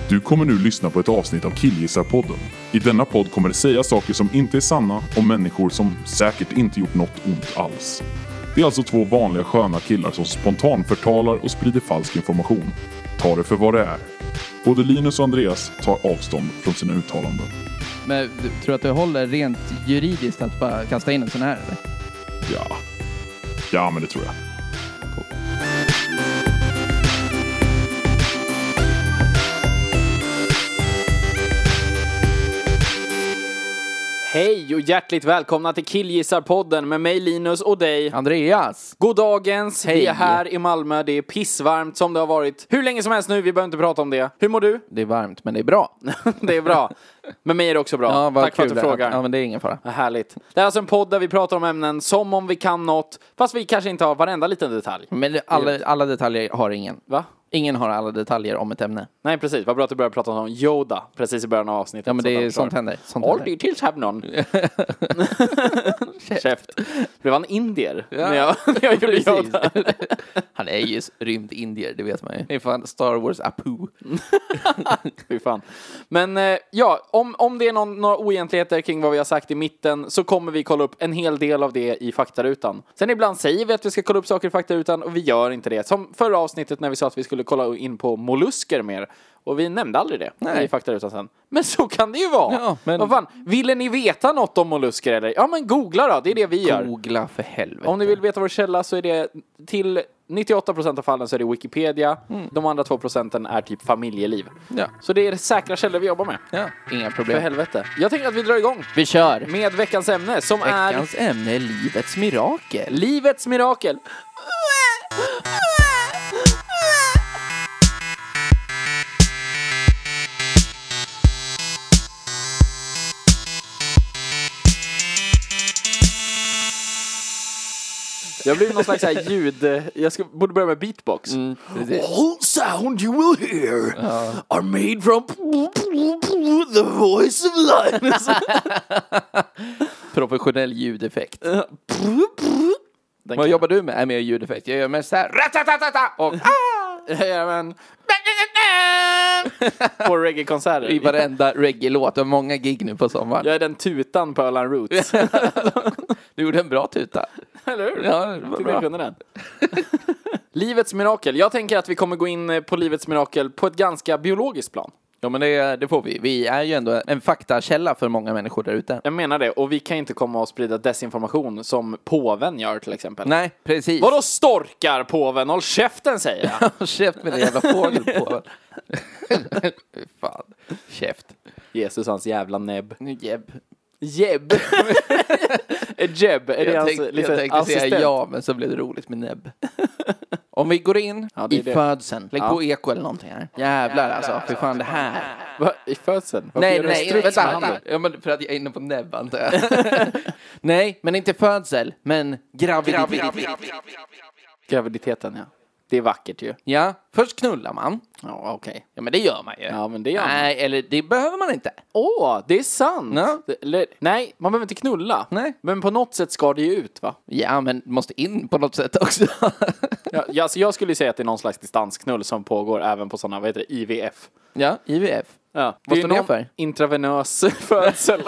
Du kommer nu lyssna på ett avsnitt av Killgissarpodden. I denna podd kommer det säga saker som inte är sanna om människor som säkert inte gjort något ont alls. Det är alltså två vanliga sköna killar som spontant förtalar och sprider falsk information. Ta det för vad det är. Både Linus och Andreas tar avstånd från sina uttalanden. Men tror du att det håller rent juridiskt att bara kasta in en sån här eller? Ja, men det tror jag. Hej och hjärtligt välkomna till Killgissarpodden med mig Linus och dig Andreas! God dagens, Hej. vi är här i Malmö, det är pissvarmt som det har varit hur länge som helst nu, vi behöver inte prata om det. Hur mår du? Det är varmt, men det är bra. Det är bra, med mig är det också bra. Ja, tack för att du frågar. Ja, men det är ingen fara. Vad härligt. Det är alltså en podd där vi pratar om ämnen som om vi kan något, fast vi kanske inte har varenda liten detalj. Men alla detaljer har ingen. Va? Ingen har alla detaljer om ett ämne. Nej, precis. Vad bra att du började prata om Yoda precis i början av avsnittet. Ja, men det är sånt händer. All details have none. Käft. Blev han indier? Ja. När jag gjorde Yoda. Han är ju rymd indier, det vet man ju. Det är fan Star Wars Apu. Fy fan. Men ja, om det är några oegentligheter kring vad vi har sagt i mitten så kommer vi kolla upp en hel del av det i faktarutan. Sen ibland säger vi att vi ska kolla upp saker i faktarutan och vi gör inte det. Som förra avsnittet när vi sa att vi skulle kolla in på mollusker mer. Och vi nämnde aldrig det i faktarutan sen. Men så kan det ju vara. Ja, men... Vad fan, ville ni veta något om mollusker eller? Ja, men googla då, det är det vi gör. Googla för helvete. Om ni vill veta vår källa så är det till 98% av fallen så är det Wikipedia. De andra 2% är typ familjeliv. Ja. Så det är säkra källor vi jobbar med. Ja, inga problem. För helvete. Jag tänker att vi drar igång. Vi kör. Med veckans ämne som Veckans ämne är livets mirakel. är livets mirakel. Jag blir någon slags här ljud. Borde börja med beatbox. All sound you will hear are made from the voice of Linus. Professionell ljudeffekt. Vad jobbar du med? Är med ljudeffekt. Jag gör med så här. Och men på reggae-konserter. i varenda reggae-låt. Och många gig nu på sommaren. Jag är den tutan på Öland Roots. Du gjorde en bra tuta. Eller hur? Ja, det var bra. Jag kunde den. Livets mirakel. Jag tänker att vi kommer gå in på livets mirakel på ett ganska biologiskt plan. Ja, men det får vi. Vi är ju ändå en faktakälla för många människor där ute. Jag menar det. Och vi kan inte komma och sprida desinformation som påven gör till exempel. Nej, precis. Vadå storkar påven? Håll käften, säger jag. Käft med den jävla fågel på. Fan. Käft. Jesus, hans jävla näbb. Jeb. Jeb. Jeb. Är det Jag hans tänkte assistent? säga ja, men så blev det roligt med näbb. Om vi går in i födseln. Lägg på eko eller någonting här. Jävlar alltså. För fan det här. Va? I födseln? Nej. Vänta. Ja, men för att jag är inne på näbb, antar jag. Nej, men inte födsel. Men Graviditeten, ja. Det är vackert ju. Ja, först knullar man. Ja, okej. Ja, men det gör man ju. Ja, men det gör man. Nej, eller det behöver man inte. Det är sant. Ja. Nej, man behöver inte knulla. Nej. Men på något sätt ska det ju ut, va? Ja, men måste in på något sätt också. Alltså jag skulle säga att det är någon slags distansknull som pågår även på sådana, vad heter det, IVF. Ja, IVF. Ja. Vad står det för? Intravenös födsel.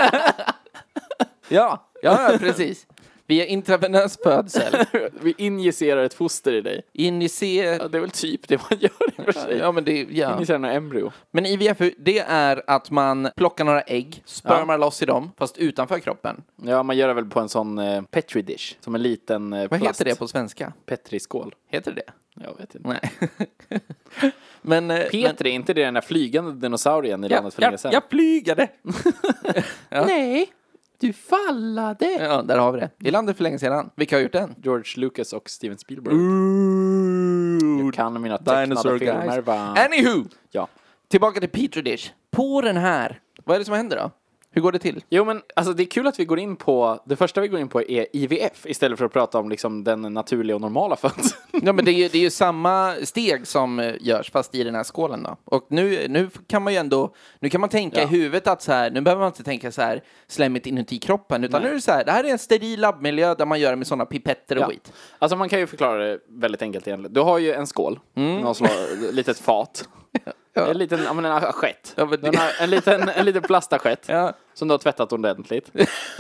Ja, precis. Via intravenös födsel. Vi injicerar ett foster i dig. Ja, det är väl typ det man gör i och för sig. Ja, men det, ja. Injicerar några embryo. Men IVF, det är att man plockar några ägg, spermar loss i dem, fast utanför kroppen. Ja, man gör det väl på en sån Petri dish. Som en liten plast. Vad heter det på svenska? Petri-skål. Heter det? Jag vet inte. Nej. Men Petri, inte det den där flygande dinosaurien i landet för länge sedan? Jag flygade. Ja. Nej, du fallade. Ja, där har vi det. I landet för länge sedan. Vilka har gjort den? George Lucas och Steven Spielberg. Jag kan mina Dinosaur tecknade filmer, va? Anywho! Ja. Tillbaka till Petri dish. På den här. Vad är det som händer då? Hur går det till? Jo, men alltså det är kul att vi går in på, det första vi går in på är IVF istället för att prata om liksom den naturliga och normala födseln. Ja, men det är ju samma steg som görs fast i den här skålen då. Och nu kan man ju ändå, nu kan man tänka i huvudet att så här, nu behöver man inte tänka så här slemmet inuti kroppen, utan nu är det så här, det här är en steril labbmiljö där man gör det med sådana pipetter och skit. Alltså man kan ju förklara det väldigt enkelt egentligen. Du har ju en skål, någon litet fat. En liten, ja men en assiett. Ja, men En liten plastassiett. Ja. Som du har tvättat ordentligt.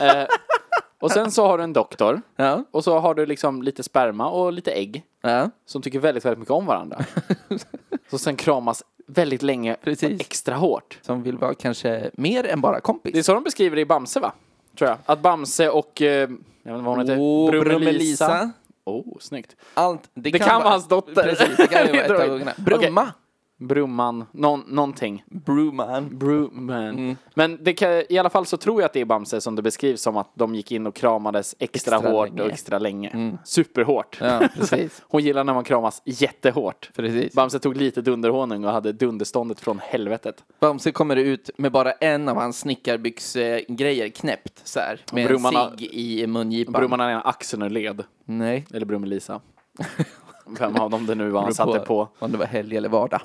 Och sen så har du en doktor. Ja. Och så har du liksom lite sperma och lite ägg. Ja. Som tycker väldigt, väldigt mycket om varandra. Så sen kramas väldigt länge. Precis. Extra hårt. Som vill vara kanske mer än bara kompis. Det är så de beskriver det i Bamse, va? Tror jag. Att Bamse och... jag vet inte vad hon heter. Brummelisa. Snyggt. Allt. Det kan vara hans dotter. Precis, det kan ju vara ett av ungarna. Brumma. Okej. Brumman. Någonting. Bruman. Men det kan, i alla fall så tror jag att det är Bamse som det beskrivs som att de gick in och kramades extra hårt länge. och extra länge. Superhårt. Ja, precis. Hon gillar när man kramas jättehårt. Precis. Bamse tog lite dunderhonung och hade dunderståndet från helvetet. Bamse kommer ut med bara en av hans snickarbyxgrejer knäppt så här, med Brummarna- en cigg i mungipan. Brumman har ena axeln ur led. Nej. Eller Brummelisa. Vem av dem det nu var han satte på. Om det var helg eller vardag.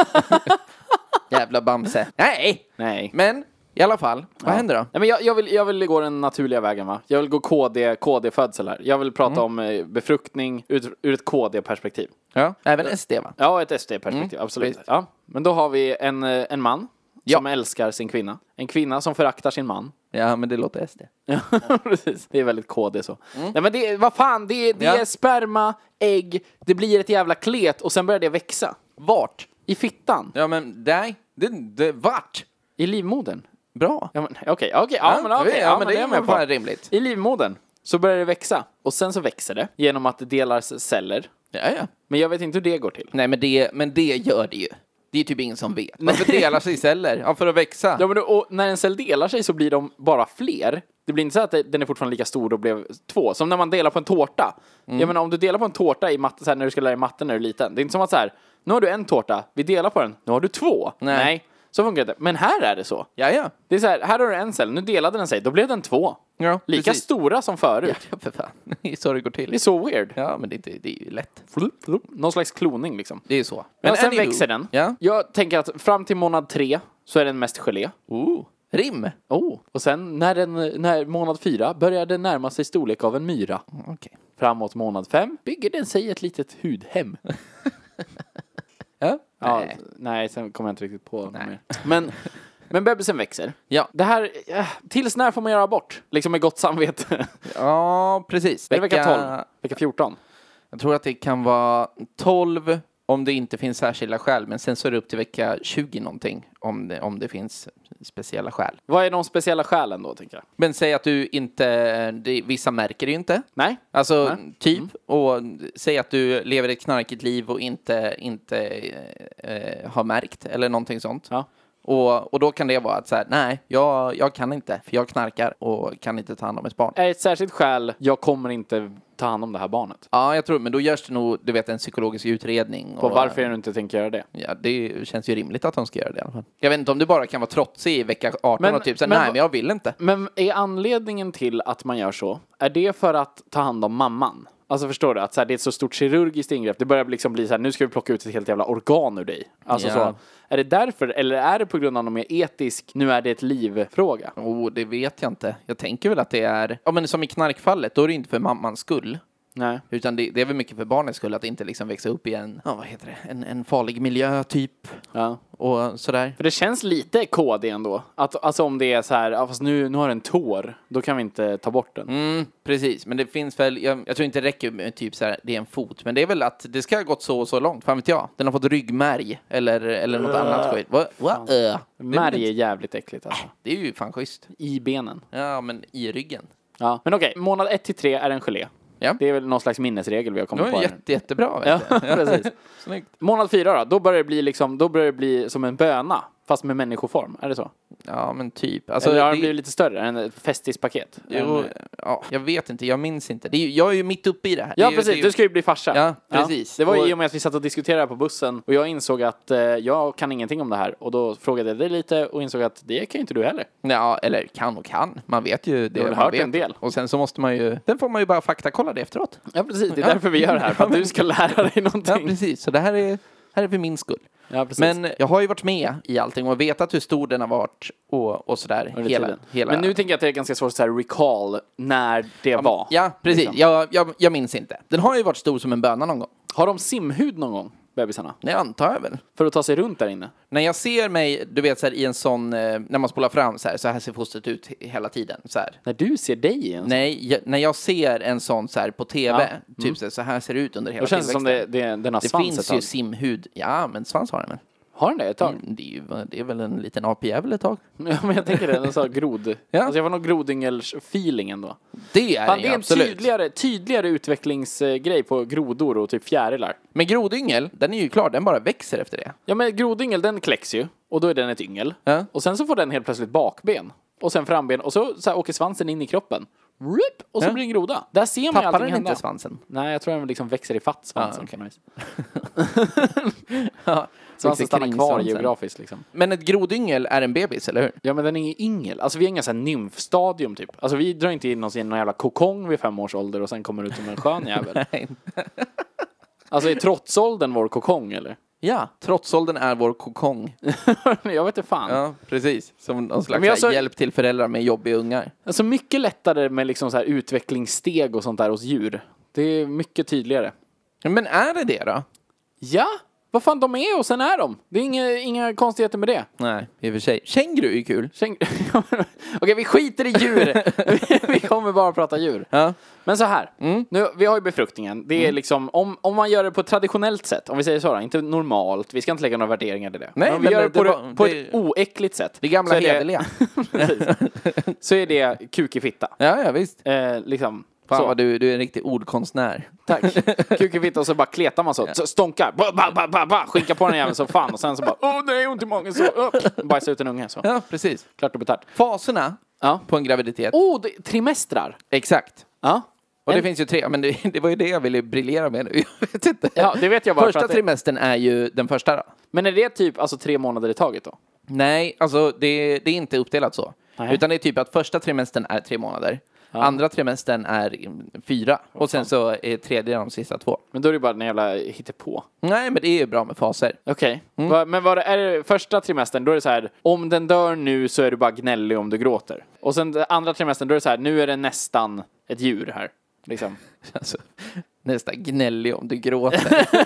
Jävla Bamse. Nej. Men i alla fall, vad händer då? Nej, men jag vill gå den naturliga vägen, va? Jag vill gå KD-födsel här. Jag vill prata om befruktning ur ett KD-perspektiv. Ja, även SD, va? Ja, ett SD-perspektiv, absolut. visst. Ja. Men då har vi en man som älskar sin kvinna. En kvinna som föraktar sin man. Ja, men det låter SD. Ja, precis. Det är väldigt KD så. Nej, men det, vad fan, det är sperma, ägg, det blir ett jävla klet och sen börjar det växa. Vart? I fittan. Ja, men nej. Det vart? I livmodern. Bra. Ja, men okej. Ja, men det är med på. rimligt. I livmodern så börjar det växa. Och sen så växer det genom att det delar celler. Ja. Men jag vet inte hur det går till. Nej, men det gör det ju. Det är typ ingen som vet. Varför delar sig celler? Ja, för att växa. Ja, men och när en cell delar sig så blir de bara fler. Det blir inte så att den är fortfarande lika stor och blev 2. Som när man delar på en tårta. Jag menar, om du delar på en tårta i matte, så här, när du ska lära dig matte när du är liten. Det är inte som att så här, nu har du en tårta, vi delar på den, nu har du 2. Nej. Så funkar det. Men här är det så. Ja. Det är så här har du en cell, nu delade den sig, då blev den 2. Ja, Lika precis. stora som förut. Ja, för fan. Det är så det går till. Det är så weird. Ja, men det är ju lätt. Någon slags kloning liksom. Det är så. Men sen anywho. växer den. Ja. Jag tänker att fram till månad 3 så är den mest gelé. Rim. Och sen när månad 4 börjar den närma sig storlek av en myra. Okej. Framåt månad 5 bygger den sig ett litet hudhem. Ja. Ja, nej, sen kommer jag inte riktigt på mer. Men bebisen växer. Ja. Det här, tills när får man göra abort? Liksom med gott samvete. Ja, precis. Är det vecka 12? Vecka 14? Jag tror att det kan vara 12 om det inte finns särskilda skäl. Men sen så är det upp till vecka 20 någonting om det finns speciella skäl. Vad är de speciella skälen då, tänker jag? Men säg att du inte, vissa märker det ju inte. Nej. Alltså typ, och säg att du lever ett knarkigt liv och inte har märkt eller någonting sånt. Ja. Och då kan det vara att så här, nej, jag kan inte, för jag knarkar och kan inte ta hand om ett barn. Är ett särskilt skäl, jag kommer inte ta hand om det här barnet? Ja, jag tror, men då görs det nog, du vet, en psykologisk utredning. Och varför du inte tänker göra det? Ja, det känns ju rimligt att de ska göra det i alla fall. Jag vet inte om du bara kan vara trotsig i vecka 18 och typ så nej, men jag vill inte. Men är anledningen till att man gör så, är det för att ta hand om mamman? Alltså förstår du, att så här, det är ett så stort kirurgiskt ingrepp. Det börjar liksom bli så här, nu ska vi plocka ut ett helt jävla organ ur dig. Alltså så, är det därför, eller är det på grund av någon mer etisk, nu är det ett livfråga? Det vet jag inte. Jag tänker väl att det är, ja men som i knarkfallet, då är det inte för mammans skull. Nej. Utan det är väl mycket för barnets skull att inte liksom växa upp i en farlig miljö typ. Ja. Och sådär. För det känns lite KD ändå. Att, alltså om det är så här, fast nu har en tår, då kan vi inte ta bort den. Precis, men det finns väl, jag tror inte det räcker med typ så här, det är en fot. Men det är väl att det ska ha gått så och så långt, fan vet jag. Den har fått ryggmärg eller något annat skit. Märg är jävligt äckligt alltså. Det är ju fan schysst. I benen. Ja, men i ryggen. Ja. Men okej, månad 1-3 är en gelé. Ja. Det är väl någon slags minnesregel vi har kommit Det på var här. jättebra. Ja, precis. Snyggt. Månad 4 då börjar det bli som en böna, fast med människoform. Är det så? Ja, men typ. Alltså, eller har det blivit lite större än ett festispaket? Ja, jag vet inte, jag minns inte. Jag är ju mitt uppe i det här. Ja, precis. Du ska ju bli farsa. Ja, precis. Det var ju i och med att vi satt och diskuterade på bussen och jag insåg att jag kan ingenting om det här. Och då frågade jag dig lite och insåg att det kan inte du heller. Ja, eller kan. Man vet ju det. Du har man hört vet. en del. Och sen så måste man ju, den får man ju bara faktakolla det efteråt. Ja, precis. Det är därför vi gör det här. För att du ska lära dig någonting. Ja, precis. Så det här är för min skull. Ja, precis. Men jag har ju varit med i allting och vetat hur stor den har varit och sådär. Hela. Men nu tänker jag att det är ganska svårt att så här recall när det var. Ja, precis. Liksom. Jag minns inte. Den har ju varit stor som en böna någon gång. Har de simhud någon gång? bebisarna? Det antar jag väl. För att ta sig runt där inne? När jag ser mig, du vet så här, i en sån, när man spolar fram så här ser fostret ut hela tiden. Så här. När du ser dig i en sån? Nej, när jag ser en sån så här på tv, typ så här ser det ut under hela tillväxten. Då känns det som den har svans. Det finns ju simhud. Ja, men svans har den väl. Har den det ett tag? Det är väl en liten apjävel ett tag. Ja, men jag tänker det. Den sa grod. Ja. Alltså jag får nog grodyngels-feeling ändå. Det är det är en tydligare utvecklingsgrej på grodor och typ fjärilar. Men grodyngel, den är ju klar. Den bara växer efter det. Ja, men grodyngel, den kläcks ju. Och då är den ett yngel. Ja. Och sen så får den helt plötsligt bakben. Och sen framben. Och så åker svansen in i kroppen. Rip, och så blir det en groda. Där ser man ju Tappar allting den hända. inte svansen? Nej, jag tror den liksom växer i fatt svansen. Okay. Svansen stannar kvar geografiskt liksom. Men ett grodyngel är en bebis, eller hur? Ja, men den är ju yngel. Alltså vi har inga sån här nymfstadium typ. Alltså vi drar inte in oss i någon jävla kokong vid 5 års ålder och sen kommer ut som en skön jävel. Nej. Alltså är trotsåldern vår kokong eller? Ja, trotsåldern är vår kokong. Jag vet inte fan. Ja, precis. Som någon slags hjälp till föräldrar med jobbiga ungar. Alltså mycket lättare med liksom så här utvecklingssteg och sånt där hos djur. Det är mycket tydligare. Men är det då? Ja, vad fan de är och sen är de. Det är inga konstigheter med det. Nej, i och för sig. Känguru är kul. Okej, vi skiter i djur. Vi kommer bara prata djur. Ja. Men så här, nu, vi har ju befruktningen. Det är liksom, om man gör det på ett traditionellt sätt, om vi säger så då, inte normalt, vi ska inte lägga några värderingar i det. Nej, men om vi gör det på ett oäckligt sätt. Det gamla hederliga. Så är det kuk i fitta. Ja, visst. Liksom. Fan vad du är en riktig ordkonstnär. Tack. Kuk i fitta och så bara kletar man så stånkar. Skinkar på den jäveln så fan. Och sen så bara, det är ont i magen så. Bajsa ut en unge så. Ja, precis. Klart och betalt. Faserna på en graviditet. Trimestrar. Exakt. Ja. Och det finns ju 3, men det var ju det jag ville briljera med nu. Jag vet inte. Ja, det vet jag bara. Första trimestern är ju den första då. Men är det typ 3 månader i taget då? Nej, alltså det är inte uppdelat så. Nej. Utan det är typ att första trimestern är 3 månader. Ja. Andra trimestern är 4. Och sen så är tredje de sista 2. Men då är det bara en jävla hittepå. Nej, men det är ju bra med faser. Okej. Men vad är det första trimestern? Då är det så här, om den dör nu så är du bara gnällig om du gråter. Och sen andra trimestern, då är det så här, nu är det nästan ett djur här. Liksom. Alltså, nästan gnällig om du gråter.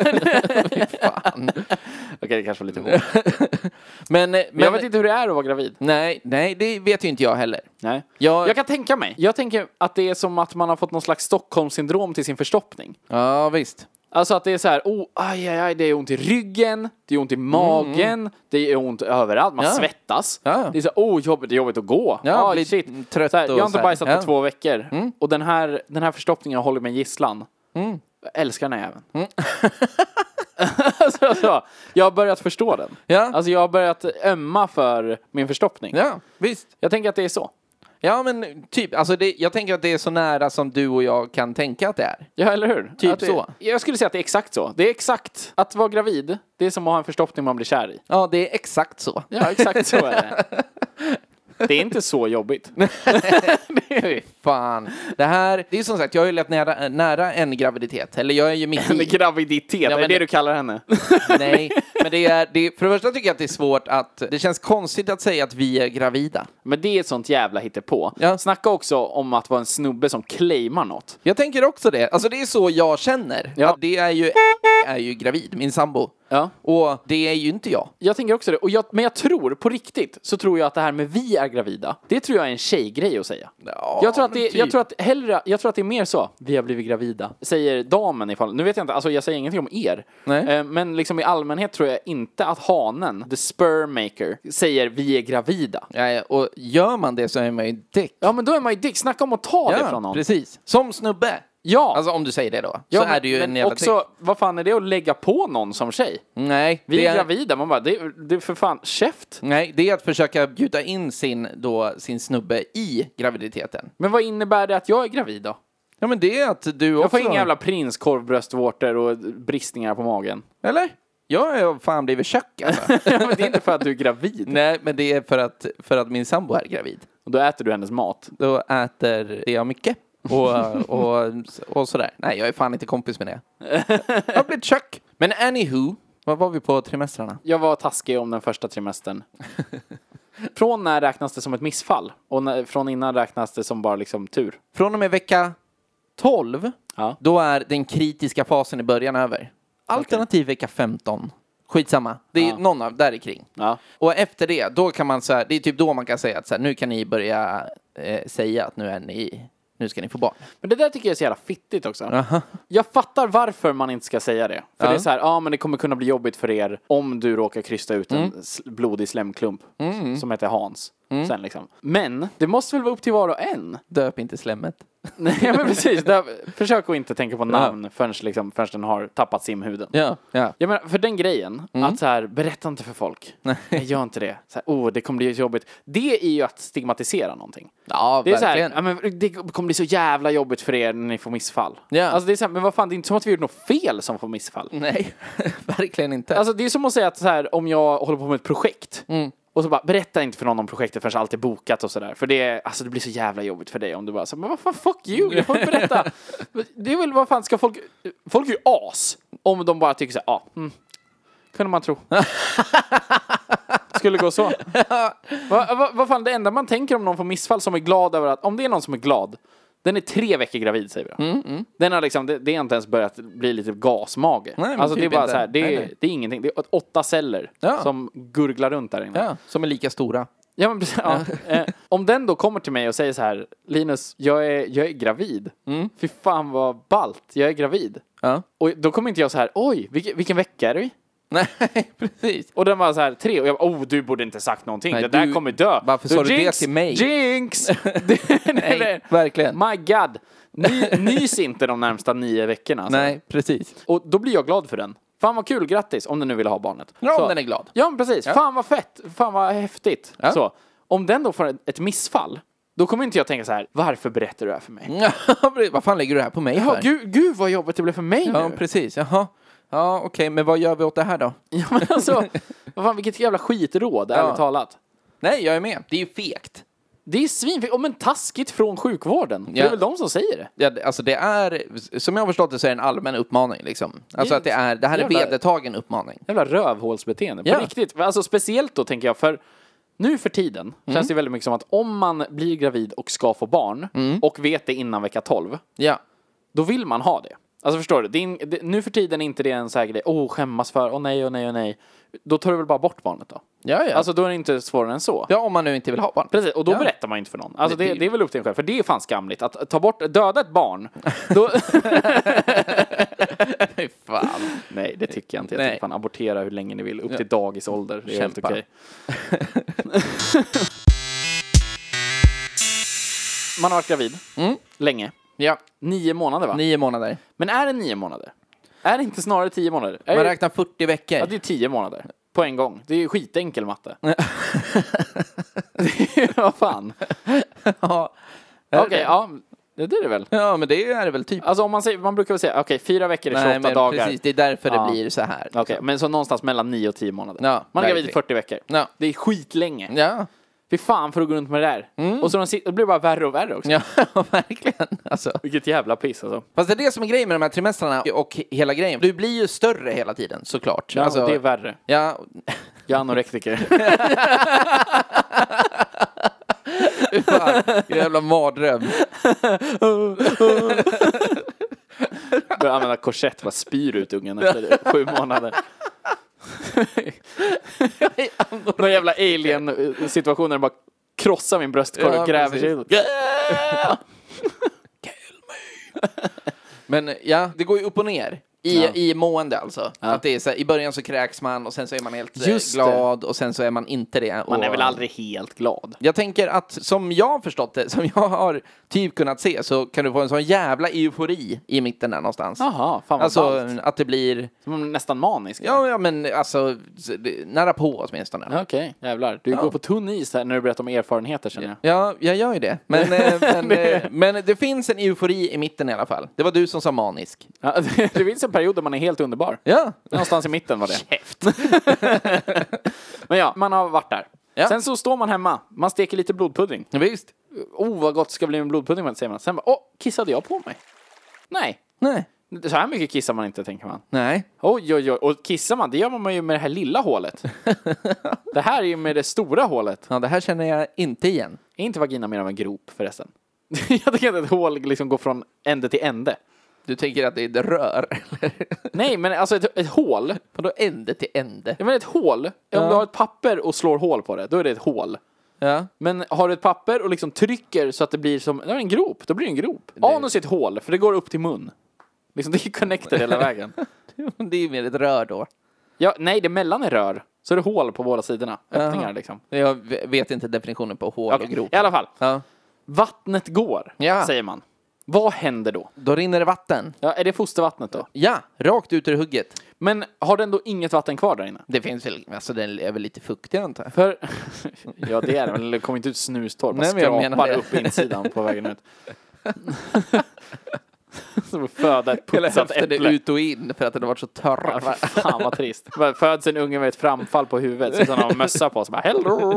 Fan. Okej, det kanske var lite hårt. Men jag vet inte hur det är att vara gravid. Nej, det vet ju inte jag heller. Nej. Jag kan tänka mig. Jag tänker att det är som att man har fått någon slags Stockholmssyndrom till sin förstoppning. Ja, visst. Alltså att det är så här, aj, det är ont i ryggen, det är ont i magen, det är ont överallt, man svettas. Ja. Det är så här, det är jobbigt att gå. Ja, shit. Trött så här, jag har inte bajsat på 2 veckor. Och den här förstoppningen håller mig gisslan. Jag älskar den här jäveln. alltså, jag har börjat förstå den. Ja. Alltså jag har börjat ömma för min förstoppning. Ja, visst. Jag tänker att det är så. Ja, men typ, alltså jag tänker att det är så nära som du och jag kan tänka att det är. Ja, eller hur? Typ så. Jag skulle säga att det är exakt så. Det är exakt att vara gravid. Det är som att ha en förstoppning man blir kär i. Ja, det är exakt så. Ja, exakt så är det. Det är inte så jobbigt. Fan. Det är som sagt, jag är ju lätt nära en graviditet. Eller jag är ju mitt i. En graviditet, ja, är det du kallar henne? Nej, men för det första tycker jag att det är svårt att, det känns konstigt att säga att vi är gravida. Men det är ett sånt jävla hittepå. Ja. Snacka också om att vara en snubbe som claimar något. Jag tänker också det. Alltså det är så jag känner. Ja. Att det är ju gravid, min sambo. Ja. Och det är ju inte jag. Jag tänker också det. Men jag tror, på riktigt, så tror jag att det här med vi är gravida, det tror jag är en tjejgrej att säga. Ja, jag tror att det är mer så. Vi har blivit gravida. Säger damen ifall. Nu vet jag inte, alltså jag säger ingenting om er. Nej. Men liksom i allmänhet tror jag inte att hanen, the sperm maker, säger vi är gravida. Ja, och gör man det så är man ju dick. Ja, men då är man ju dick. Snacka om att ta det från någon. Precis. Som snubbe. Ja. Alltså om du säger det då. Så är det ju en jävla också, dick. Vad fan är det att lägga på någon som tjej? Nej. Vi är gravida. Man bara, det är för fan käft. Nej, det är att försöka bjuda in sin snubbe i graviditeten. Men vad innebär det att jag är gravid då? Ja, men det är att du också... Jag får inga jävla prinskorvbröstvårtor och bristningar på magen. Eller? Jag har fan blivit tjock alltså. Ja, men det är inte för att du är gravid. Nej, men det är för att min sambo är gravid. Och då äter du hennes mat. Då äter jag mycket. Och sådär. Nej, jag är fan inte kompis med det. Jag har blivit tjock. Men anywho, vad var vi på trimestrarna? Jag var taskig om den första trimestern. Från när räknas det som ett missfall? Och från innan räknas det som bara liksom tur? Från och med vecka 12, då är den kritiska fasen i början över. alternativ vecka 15. Skitsamma. Det är någon av där i kring. Ja. Och efter det, då kan man så här, det är typ då man kan säga att så här, nu kan ni börja säga att nu ska ni få barn. Men det där tycker jag är så jävla fittigt också. Aha. Jag fattar varför man inte ska säga det. För det är så här, men det kommer kunna bli jobbigt för er om du råkar krysta ut en blodig slemklump som heter Hans. Sen liksom. Men det måste väl vara upp till var och en. Döp inte slemmet. Nej, men precis. Försök att inte tänka på namn förrän den har tappat simhuden. Ja. Jag menar, för den grejen, att så här, berätta inte för folk. Nej, gör inte det. Så här, det kommer bli jobbigt. Det är ju att stigmatisera någonting. Ja, det är verkligen. så här, men det kommer bli så jävla jobbigt för er när ni får missfall. Ja. Alltså det är så här, men vad fan, det är inte som att vi gjort något fel som får missfall. Nej, verkligen inte. Alltså det är som att säga att så här, om jag håller på med ett projekt och så bara, berätta inte för någon om projektet förrän allt är bokat och sådär. För det blir så jävla jobbigt för dig om du bara så, men vad fan, fuck you, jag får inte berätta. Det är väl, vad fan ska folk är ju as om de bara tycker så här, kunde man tro. Skulle gå så. Vad fan, det enda man tänker om någon får missfall som är glad över att, om det är någon som är glad, den är 3 veckor gravid, säger vi. Den har liksom, det är inte ens börjat bli lite gasmage. Nej, alltså det är bara så här, det är ingenting. Det är 8 celler som gurglar runt där inne. Ja, som är lika stora. Ja, men precis, om den då kommer till mig och säger så här, Linus, jag är gravid. Fy fan vad ballt, jag är gravid. Ja. Och då kommer inte jag så här, oj, vilken vecka är det? Nej, precis. Och den var så här 3 och jag bara, du borde inte sagt någonting. Nej, det där kommer dö. Varför sa du det till mig? Jinx! Nej, verkligen. My God. Nys inte de närmsta 9 veckorna. Alltså. Nej, precis. Och då blir jag glad för den. Fan vad kul, grattis om den nu vill ha barnet. Ja, så. om den är glad. Ja, precis. Ja. Fan vad fett. Fan vad häftigt. Ja. Så. Om den då får ett missfall, då kommer inte jag tänka så här, varför berättar du det här för mig? Vad fan lägger du det här på mig för? Gud vad jobbigt det blev för mig nu. Ja, precis. Jaha. Ja, okej. Men vad gör vi åt det här då? Ja, men alltså, vad fan, vilket jävla skitråd, ärligt talat. Nej, jag är med. Det är ju fegt. Det är svinfegt. Men taskigt från sjukvården. Det är väl de som säger det. Ja, alltså det är, som jag har förstått det, så är det en allmän uppmaning liksom. Alltså att det här är vedertagen uppmaning. Jävla rövhålsbeteende, på riktigt. Alltså speciellt då tänker jag, för nu för tiden känns det väldigt mycket som att om man blir gravid och ska få barn och vet det innan vecka 12, då vill man ha det. Alltså förstår du, nu för tiden är inte det en så här grej, skämmas för, nej. Då tar du väl bara bort barnet då? Ja. Alltså då är det inte svårare än så. Ja, om man nu inte vill ha barn. Precis, och då berättar man inte för någon. Alltså det är väl upp till en själv, för det är fan skamligt. Att döda ett barn, då... fan. Nej, det tycker jag inte. Jag tycker fan abortera hur länge ni vill, upp till dagisålder. Det är helt okej. Man har varit gravid länge. Ja. 9 månader va? 9 månader. Men är det 9 månader? Är det inte snarare 10 månader? Man räknar 40 veckor. Ja, det är 10 månader. På en gång. Det är ju skitenkel matte. Vad fan? Ja. Okej, ja. Det är det väl. Ja, men det är det väl typ. Alltså om man brukar väl säga, 4 veckor är 28 dagar. Precis, det är därför det blir så här. Liksom. Okej, men så någonstans mellan 9 och 10 månader. Ja, man är gravid i 40 veckor. Ja. Det är skitlänge. Ja. Fy fan för att gå runt med det där. Och så det blir bara värre och värre också. Ja, verkligen. Alltså. Vilket jävla piss alltså. Fast det är det som är grejen med de här trimestrarna och hela grejen. Du blir ju större hela tiden, såklart. Ja, alltså, det är värre. Ja. Jag är anorektiker. Jävla mardröm. Börjar använda korsett, bara spyr ut ungen efter 7 månader. Någon jävla alien-situationer bara krossar min bröstkorg och gräver sig. Men ja, det går ju upp och ner. I mående alltså. Ja. Att det är så här, i början så kräks man och sen så är man helt glad och sen så är man inte det. Man är väl aldrig helt glad. Jag tänker att som jag har förstått det, som jag har typ kunnat se, så kan du få en sån jävla eufori i mitten där någonstans. Jaha, fan vad alltså ballt. att det blir som nästan manisk. Ja, men alltså nära på åtminstone. Okej, jävlar. Du går på tunn is här när du berättar om erfarenheter, känner jag. Ja, jag gör ju det. Men det finns en eufori i mitten i alla fall. Det var du som sa manisk. Ja, det finns en period där man är helt underbar. Ja. Någonstans i mitten var det. Men ja, man har varit där. Ja. Sen så står man hemma. Man steker lite blodpudding. Ja, visst. Vad gott ska bli med blodpudding, säger man. Sen bara, kissade jag på mig? Nej. Så här mycket kissar man inte, tänker man. Nej. Oj. Och kissar man, det gör man ju med det här lilla hålet. Det här är ju med det stora hålet. Ja, det här känner jag inte igen. Är inte vagina mer av en grop förresten? Jag tycker att ett hål liksom går från ände till ände. Du tänker att det är ett rör? Nej, men alltså ett hål. Vadå ände till ände? Jag menar ett hål. Om du har ett papper och slår hål på det, då är det ett hål. Ja. Men har du ett papper och liksom trycker så att det blir som en grop, då blir det en grop. Anus är ett hål, för det går upp till mun. Liksom det är connected hela vägen. Det är ju mer ett rör då. Ja, nej, det mellan är rör. Så är det hål på båda sidorna. Öppningar liksom. Jag vet inte definitionen på hål och grop. I alla fall. Ja. Vattnet går, säger man. Vad händer då? Då rinner det vatten. Ja, är det fostervattnet då? Ja, rakt ut ur hugget. Men har den då inget vatten kvar där inne? Det finns väl, alltså den är väl lite fuktig antar jag. För, ja det är det, men det kommer inte ut snustorr. Man skrapar upp insidan på vägen ut. Som att föda ett putsat äpple. Det ut och in för att den har varit så torr. Ja, fan vad trist. Föds en unge med ett framfall på huvudet, så han har mössa på sig. Bara, hello!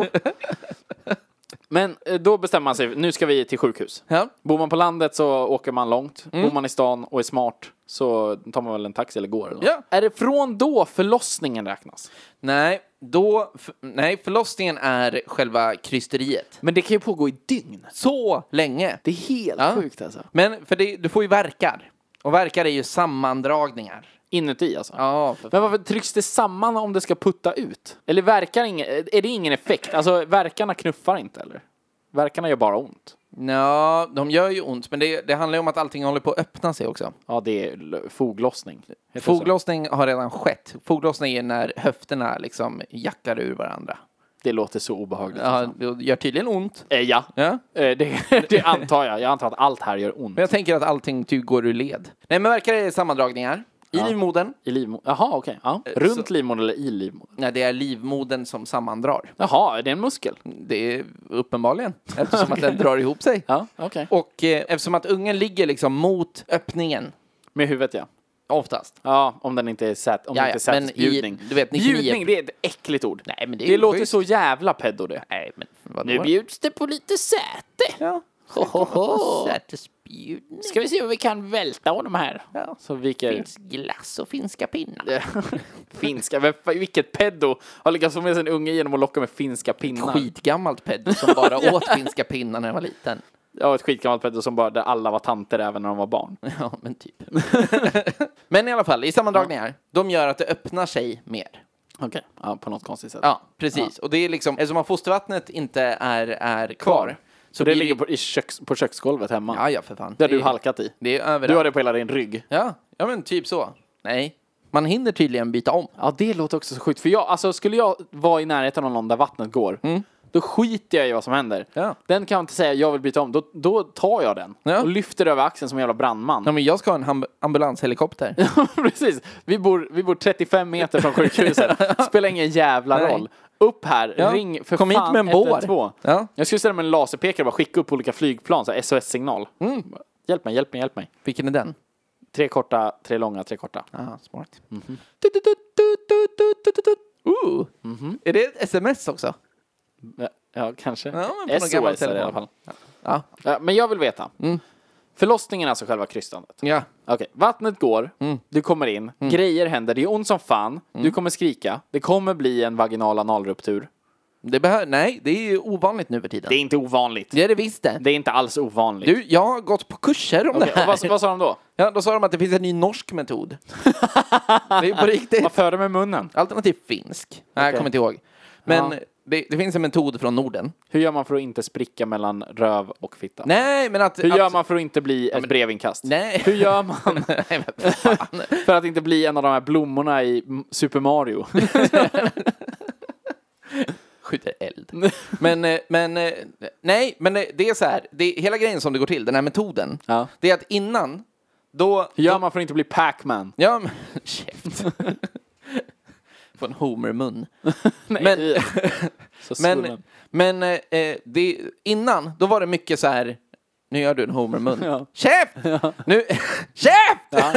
Men då bestämmer man sig, nu ska vi till sjukhus. Ja. Bor man på landet så åker man långt. Bor man i stan och är smart så tar man väl en taxi eller går. Eller Ja. Är det från då förlossningen räknas? Nej, förlossningen är själva krysteriet. Men det kan ju pågå i dygn. Så länge. Det är helt sjukt alltså. Men för du får ju verkar. Och verkar är ju sammandragningar. Inuti alltså. Ja, Men varför trycks det samman om det ska putta ut? Eller är det ingen effekt? Alltså verkarna knuffar inte eller? Verkarna gör bara ont. Ja, de gör ju ont, men det handlar ju om att allting håller på att öppna sig också. Ja, det är foglossning. Foglossning har redan skett. Foglossning är när höfterna liksom jackar ur varandra. Det låter så obehagligt. Ja, det gör tydligen ont. Ja. Det antar jag. Jag antar att allt här gör ont. Men jag tänker att allting typ går ur led. Nej, men verkar det sammandragningar. I livmodern. I livmodern. Jaha, okej. Ja. Runt livmodern eller i livmodern? Nej, det är livmodern som sammandrar. Jaha, är det en muskel? Det är uppenbarligen. Eftersom att den drar ihop sig. Ja, okej. Och eftersom att ungen ligger liksom mot öppningen. Med huvudet, ja. Oftast. Ja, om den inte är sätesbjudning. Du vet, 99... Bjudning, det är ett äckligt ord. Nej, men det låter så jävla peddo det. Nej, men vadå? Nu bjuds det på lite säte. Ja. Sätesbjudning. Ska vi se om vi kan välta honom här. Ja. Så vilka... Finns glass och finska pinnar. Finska, vilket peddo har lyckats få med sin unge genom att locka med finska pinnar. Skitgammalt peddo som bara åt finska pinnar när han var liten. Ja, ett skitgammalt peddo som bara, där alla var tanter även när de var barn. Ja, men typ. Men i alla fall, i sammandragningar, de gör att det öppnar sig mer. Okej, ja, på något konstigt sätt. Ja, precis. Och det är liksom, eftersom att fostervattnet inte är kvar. Så det ligger på köksgolvet hemma. Ja, för fan. Det har du halkat i. Det är överallt. Du har det på hela din rygg. Ja, men typ så. Nej, man hinner tydligen byta om. Ja, det låter också så sjukt. För skulle jag vara i närheten av någon där vattnet går, då skiter jag i vad som händer. Ja. Den kan inte säga jag vill byta om. Då tar jag den och lyfter över axeln som en jävla brandman. Ja, men jag ska ha en ambulanshelikopter. Precis. Vi bor 35 meter från sjukhuset. Spelar ingen jävla roll. Upp här, ring för kom fan hit med en bår. 112. Ja. Jag skulle ställa med en laserpekare och bara skicka upp olika flygplan, så SOS-signal. Hjälp mig. Vilken är den? 3 korta, 3 långa, 3 korta. Aha, smart. Är det ett sms också? Ja, kanske. Ja, men på SOS i alla fall. Ja. Men jag vill veta. Förlossningen är alltså själva krystandet. Ja. Okej, vattnet går, du kommer in, grejer händer, det är ont som fan, du kommer skrika, det kommer bli en vaginal analruptur. Nej, det är ju ovanligt nu för tiden. Det är inte ovanligt. Det är det visst det. Det är inte alls ovanligt. Du, jag har gått på kurser om det här. Och vad sa de då? Ja, då sa de att det finns en ny norsk metod. Det är på riktigt. Vad för det med munnen? Alternativ finsk. Nej, jag kommer inte ihåg. Men det finns en metod från Norden. Hur gör man för att inte spricka mellan röv och fitta? Nej, men hur gör man för att inte bli ett brevinkast? Nej. Hur gör man Nej, men fan. för att inte bli en av de här blommorna i Super Mario? Skjuter eld. Men nej, men det är så här. Det är hela grejen som det går till, den här metoden. Ja. Det är att innan, då... Hur gör man för att inte bli Pac-Man? Ja, men... Käft. Få en Homer-mun. Men det, innan, då var det mycket så här... Nu gör du en Homer-mun. Ja. Käft! Ja. Nu... Käft! Ja.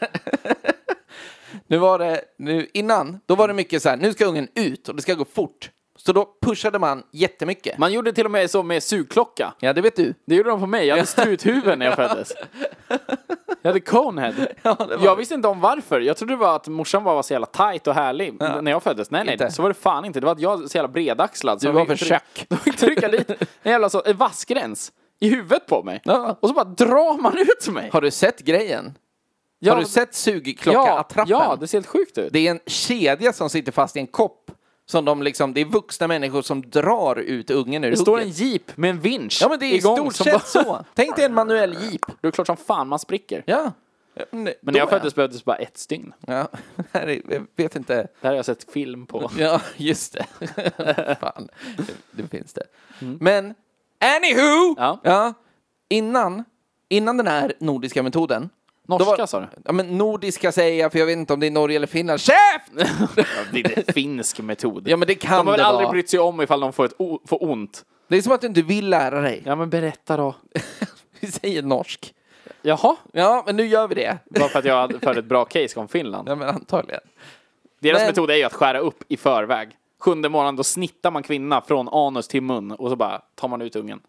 Innan, då var det mycket så här, nu ska ungen ut och det ska gå fort. Så då pushade man jättemycket. Man gjorde till och med så med sugklocka. Ja, det vet du. Det gjorde de på mig. Jag hade struthuvud när jag föddes. Jag hade conehead. Ja, jag visste inte om varför. Jag trodde det var att morsan var så jävla tight och härlig när jag föddes. Nej, så var det fan inte. Det var att jag var så jävla bredaxlad. Så du var för tjock. De fick trycka dit en jävla vassgräns i huvudet på mig. Ja. Och så bara drar man ut mig. Har du sett grejen? Ja, Har du sett sugklocka-attrappen? Ja, det ser helt sjukt ut. Det är en kedja som sitter fast i en kopp. Som de liksom, det är vuxna människor som drar ut ungen ur Det står en hugget. jeep med en vinsch. Ja, men det är i igång stort som sett så. Tänk dig en manuell jeep. Det är klart som fan man spricker. Ja. Men när jag föddes behövdes bara ett stygn. Ja, jag vet inte. Det här har jag sett film på. Ja, just det. Fan, det finns det. Men, anywho! Ja. Innan den här nordiska metoden. Norska sa du? Ja, men nordiska säger jag, för jag vet inte om det är Norge eller Finland. Käft! Ja, det är en finsk metod. Ja, men det kan de har väl det aldrig vara. brytt sig om ifall de får ont. Det är som att du inte vill lära dig. Ja, men berätta då. Vi säger norsk. Jaha, Ja, men nu gör vi det. bara för att jag hade för ett bra case om Finland. Ja, men antagligen. Deras metod är ju att skära upp i förväg. 7:e månaden då snittar man kvinna från anus till mun och så bara tar man ut ungen.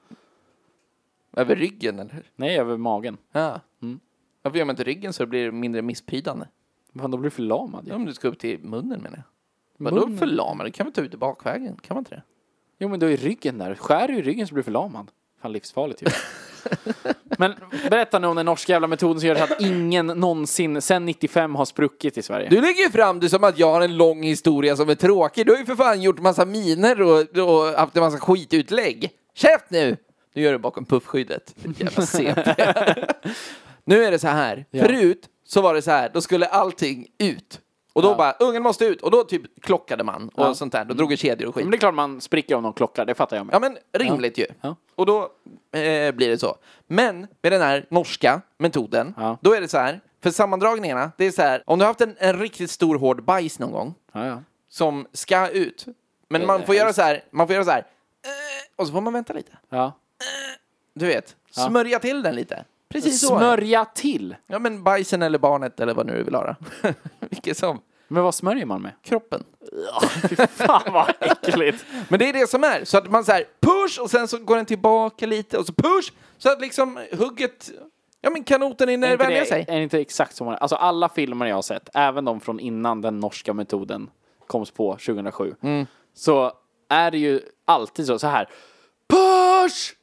Över ryggen, eller? Nej, över magen. Ja. Varför gör man inte ryggen så det blir mindre missprydande? Men då blir du förlamad. Ja, om du ska upp till munnen, menar jag. Vadå förlamad? Det kan man ta ut i bakvägen, kan man inte det? Jo, men då är ryggen där. Skär du i ryggen så blir du förlamad. Fan, livsfarligt ju. Men berätta nu om den norska jävla metoden som gör så att ingen någonsin sen 95 har spruckit i Sverige. Du lägger ju fram det som att jag har en lång historia som är tråkig. Du har ju för fan gjort massa miner och haft en massa skitutlägg. Käft nu! Nu gör du bakom puffskyddet. Jävla CP. Nu är det så här. Ja. Förut så var det så här. Då skulle allting ut. Och då bara, ungen måste ut. Och då typ klockade man och sånt där. Då drog i kedjor och skit. Men det är klart man spricker om någon klockar, det fattar jag med. Ja, men rimligt ju. Ja. Och då blir det så. Men med den här norska metoden, då är det så här. För sammandragningarna, det är så här. Om du har haft en riktigt stor hård bajs någon gång, som ska ut. Men man får göra så här. Man får göra så här. Och så får man vänta lite. Ja. Du vet, smörja till den lite. Precis så. Smörja till? Ja, men bajsen eller barnet eller vad nu du vill ha. Vilket som. Men vad smörjer man med? Kroppen. Fy fan vad äckligt. Men det är det som är. Så att man så här push och sen så går den tillbaka lite och så push. Så att liksom hugget, ja men kanoten hinner vänja sig. Är inte exakt som man, alltså alla filmer jag har sett, även de från innan den norska metoden koms på 2007. Så är det ju alltid så här. Push!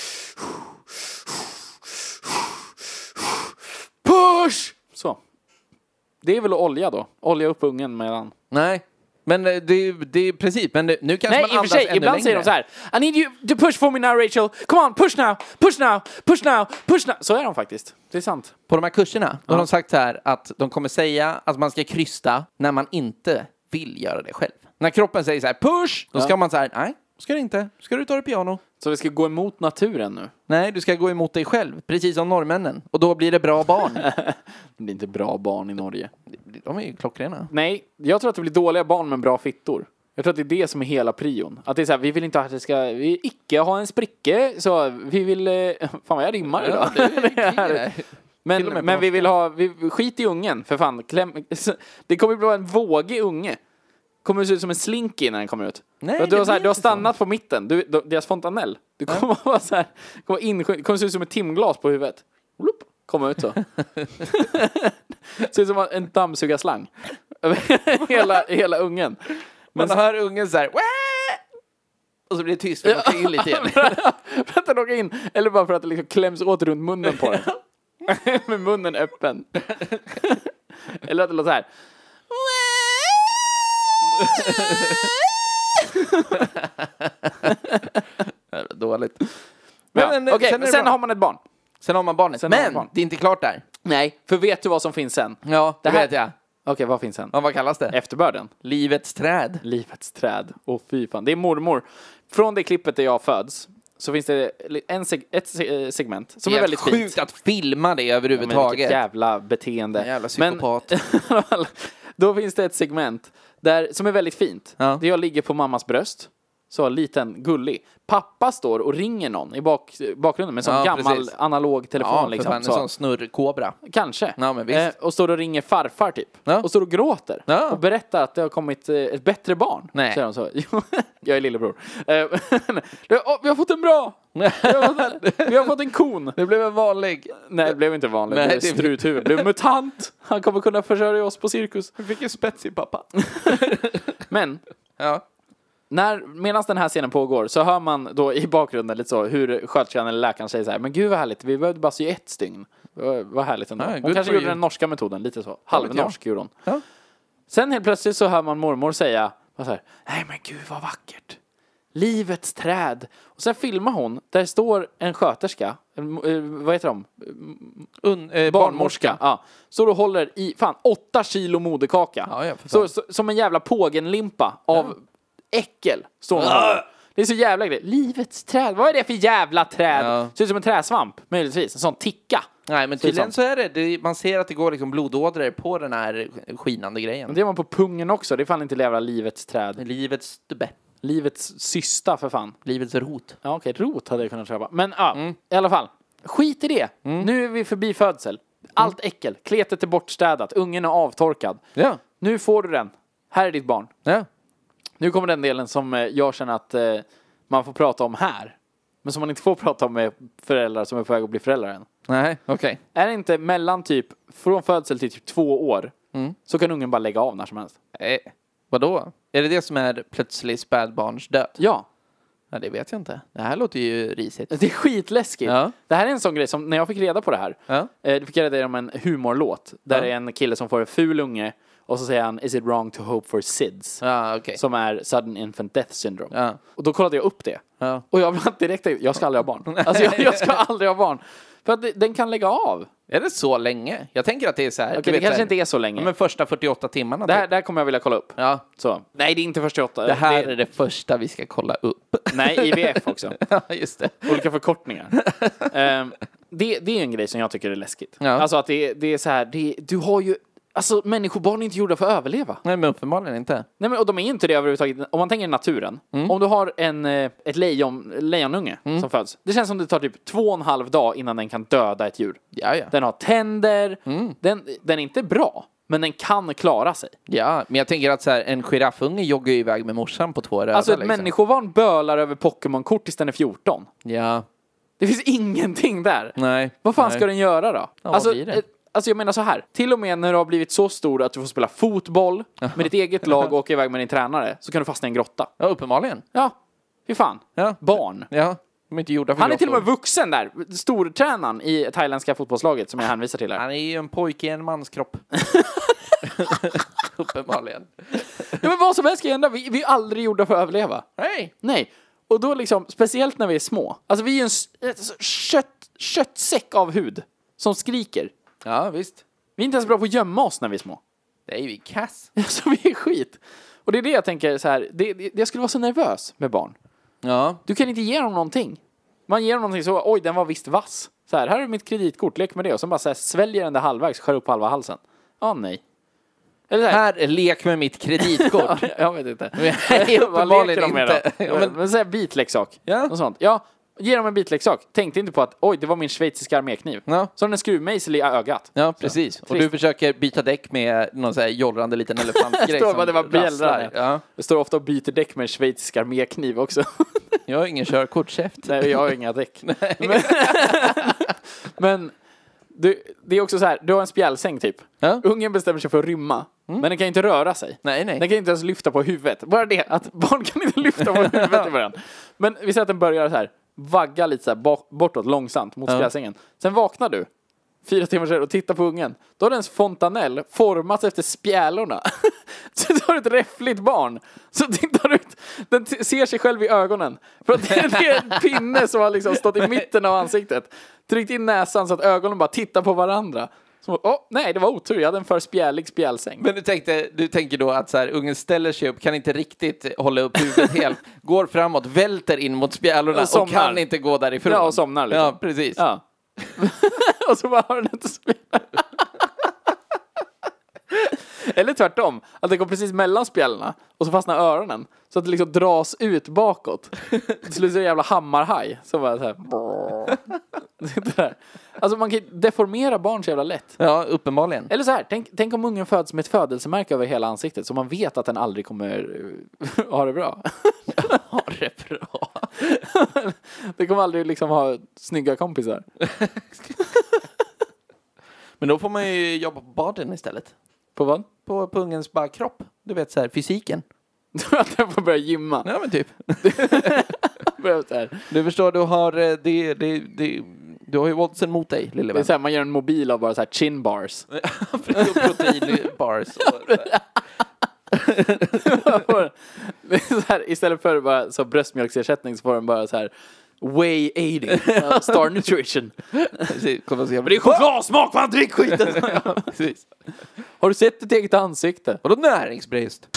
Push! Så. Det är väl olja då? Olja upp ungen mellan. Nej. Men det är precis. Men nu kanske Nej, man i och andas för sig, ännu ibland längre. säger de så här: I need you to push for me now, Rachel. Come on, push now, push now, push now, push now. Så är de faktiskt. Det är sant. På de här kurserna då har de sagt så här att de kommer säga att man ska krysta när man inte vill göra det själv. När kroppen säger så här push, då ska man så här, nej, ska du inte. Ska du ta det piano? Så vi ska gå emot naturen nu? Nej, du ska gå emot dig själv, precis som norrmännen. Och då blir det bra barn. Det är inte bra barn i Norge. De är ju klockrena. Nej, jag tror att det blir dåliga barn med bra fittor. Jag tror att det är det som är hela prion. Att det är så här, vi vill inte att det ska, vi icke ha en spricke, så vi vill, fan vad jag rimmar idag. Men vi vill ha, skit i ungen, för fan. Det kommer att bli en vågig unge. Kommer se ut som en slinky när den kommer ut. Nej, du har stannat på mitten. Deras fontanell. Du kommer vara så här, kommer se ut som ett timglas på huvudet. Kommer ut så. Ser ut som en dammsugarslang. hela ungen. Men så hör ungen så här. Wah! Och så blir det tyst för att åka in lite igen. För att den åker in. Eller bara för att det liksom kläms åt runt munnen på den. Med munnen öppen. Eller att det låter så här. Dåligt. Sen har man ett barn. Sen har man barnet. Men det är inte klart där. Nej, för vet du vad som finns sen? Ja, det vet jag. Okej, vad finns sen? Ja, vad kallas det? Efterbörden. Livets träd. Livets träd. Åh fy fan. Det är mormor. Från det klippet där jag föds så finns det ett segment som är väldigt fint. Sjukt att filma det överhuvudtaget. Ja, vilket jävla beteende. Jävla psykopat. Men då finns det ett segment som är väldigt fint. Ja. Där jag ligger på mammas bröst. Så liten, gullig. Pappa står och ringer någon i bakgrunden med en sån gammal precis. analog telefon. Ja, liksom. en sån snurrkobra. Kanske. Ja, men visst. Och står och ringer farfar typ. Ja. Och står och gråter. Ja. Och berättar att det har kommit ett bättre barn. Nej. Säger de så. Jag är lillebror. Vi har fått en bra. Vi har fått en kon. Det blev en vanlig. Nej, det blev inte vanlig. Nej, det blev struthuvud. Det blev mutant. Han kommer kunna försörja oss på cirkus. Vi fick en spetsig pappa. Men. Ja. Medan den här scenen pågår så hör man då i bakgrunden lite så hur sköterskan eller läkaren säger så här: men gud vad härligt, vi behövde bara sy ett stygn. Vad härligt ändå. Ja, Hon good kanske for gjorde you. den norska metoden, lite så. Halvnorsk gjorde hon. Ja. Sen helt plötsligt så hör man mormor säga så här, nej men gud vad vackert. Livets träd. Och sen filmar hon, där står en sköterska, vad heter de? Barnmorska. Ja. Så då håller i, 8 kilo moderkaka. Ja, för fan. så, som en jävla pågenlimpa av äckel står hon där. Det är så jävla grej. Livets träd. Vad är det för jävla träd? Ja. Ser ut som en träsvamp, möjligtvis. En sån ticka. Nej, men tydligen så är det. Man ser att det går liksom blodådror på den här skinande grejen. Men det är man på pungen också. Det är fan inte jävla livets träd. Livets stubbe. Livets systa för fan. Livets rot. Ja, okej. Rot hade jag kunnat köpa. Men ja, i alla fall. Skit i det. Nu är vi förbi födsel. Allt äckel. Kletet är bortstädat. Ungen är avtorkad. Ja. Nu får du den. Här är ditt barn. Ja. Nu kommer den delen som jag känner att man får prata om här. Men som man inte får prata om med föräldrar som är på väg att bli föräldrar än. Nej, okej. Är det inte mellan typ från födsel till typ 2 år så kan ungen bara lägga av när som helst. Vadå? Är det som är plötslig spädbarnsdöd? Ja. Ja, det vet jag inte. Det här låter ju risigt. Det är skitläskigt. Ja. Det här är en sån grej som när jag fick reda på det här. Ja. Det fick jag reda om en humorlåt. Där det är en kille som får en ful unge. Och så säger han, is it wrong to hope for SIDS? Ja, okej. Som är sudden infant death syndrome. Ja. Och då kollade jag upp det. Ja. Och jag blev direkt, jag ska aldrig ha barn. Alltså jag ska aldrig ha barn. För att den kan lägga av. Är det så länge? Jag tänker att det är så här. Okej, det kanske inte är så länge. Men första 48 timmarna. Det här kommer jag vilja kolla upp. Ja. Så. Nej, det är inte 48. Det här är det första vi ska kolla upp. Nej, IVF också. Ja, just det. Olika förkortningar. Det är en grej som jag tycker är läskigt. Ja. Alltså att det är så här, du har ju, alltså människobarn är inte gjorda för att överleva. Nej, men uppenbarligen inte. Nej, men och de är inte det överhuvudtaget. Om man tänker i naturen. Om du har ett lejonunge som föds. Det känns som det tar typ 2,5 dag innan den kan döda ett djur. Ja. Den har tänder. Den är inte bra. Men den kan klara sig. Ja, men jag tänker att så här, en giraffunge joggar ju iväg med morsan på 2 röda. Alltså ett liksom. människobarn bölar över Pokémon-kort tills den är 14. Ja. Det finns ingenting där. Nej. Vad fan Nej. ska den göra då? Ja, Alltså, vad blir det? alltså jag menar så här. Till och med när du har blivit så stor att du får spela fotboll med ditt eget lag och åka iväg med din tränare, så kan du fastna i en grotta. Ja, uppenbarligen. Ja, fy fan. Ja. Barn. Ja, de är inte gjorda för Han är till och med grottor. vuxen där. Stortränaren i thailändska fotbollslaget som jag hänvisar till här. Han är ju en pojke i en manskropp. Uppenbarligen. Ja, men vad som helst ska hända. Vi är aldrig gjorda för att överleva. Nej. Nej. Och då liksom, speciellt när vi är små. Alltså vi är ju en köttsäck av hud som skriker. Ja, visst. Vi är inte ens bra på att gömma oss när vi är små. Det är ju kass. Alltså vi är skit. Och det är det jag tänker så här. Jag skulle vara så nervös med barn. Ja. Du kan inte ge dem någonting. Man ger dem någonting så, oj den var visst vass. Så här är mitt kreditkort, lek med det. Och så bara så här, sväljer den där halvvägs, skär upp halva halsen. Nej. Eller så här. Här, lek med mitt kreditkort. Jag vet inte. Nej, uppenbarligen inte. Ja, men så här bitleksak. Ja. Något sånt. Ja, ge dem en bitleksak. Tänkte inte på att, oj det var min schweiziska armékniv. Ja. Så har den en skruvmejsel i ögat. Ja, precis. Och du försöker byta däck med någon så här jollrande liten elefantgrej. Står bara, det var bjällrar. rasslar. Ja. Det står ofta och byter däck med en schweizisk armékniv också. Jag har ingen körkortskäft. Nej, jag har inga däck. Men det är också så här, du har en spjälsäng typ. Ja. Ungen bestämmer sig för att rymma. Men den kan inte röra sig. Nej. Den kan inte ens lyfta på huvudet. Bara det, att barn kan inte lyfta på huvudet i början. Men vi säger att den börjar så här, vagga lite så här bortåt långsamt mot spjälsängen. Sen vaknar du 4 timmar sedan och tittar på ungen. Då har dens fontanell formats efter spjälorna. Så du har ett räffligt barn. Så tittar ut. Den ser sig själv i ögonen. För att det är en pinne som har liksom stått i mitten av ansiktet. Tryckt in näsan så att ögonen bara tittar på varandra. Så, nej, det var otur. Jag hade en för spjällig spjälsäng. Men du tänker då att så här, ungen ställer sig upp, kan inte riktigt hålla upp huvudet helt, går framåt, välter in mot spjälorna och kan inte gå därifrån. Ja, och somnar liksom. Ja, precis. Ja. Och så bara har den inte spelat. Eller tvärtom, att det går precis mellan spjällarna och så fastnar öronen så att det liksom dras ut bakåt. Till slut är det jävla hammarhaj som bara så här. Det där. Alltså man kan deformera barn så jävla lätt. Ja, uppenbarligen. Eller så här, tänk om ungen föds med ett födelsemärke över hela ansiktet så man vet att den aldrig kommer ha det bra. Ha det bra. Det kommer aldrig liksom ha snygga kompisar. Men då får man ju jobba på baden istället. På vad? På ungens bara kropp. Du vet så här, fysiken. Att den får börja gymma. Ja, men typ. Börja så här. Du förstår, du har Du har ju oddsen mot dig, lille Det är vän. så här, man gör en mobil av bara så här chin bars. Proteinbars. Det är så här, istället för bara så bröstmjölksersättning så får den bara så här Whey 80 Star Nutrition. Men det är chokladsmak, fan drick skiten. Har du sett ditt eget ansikte? Och då näringsbrist.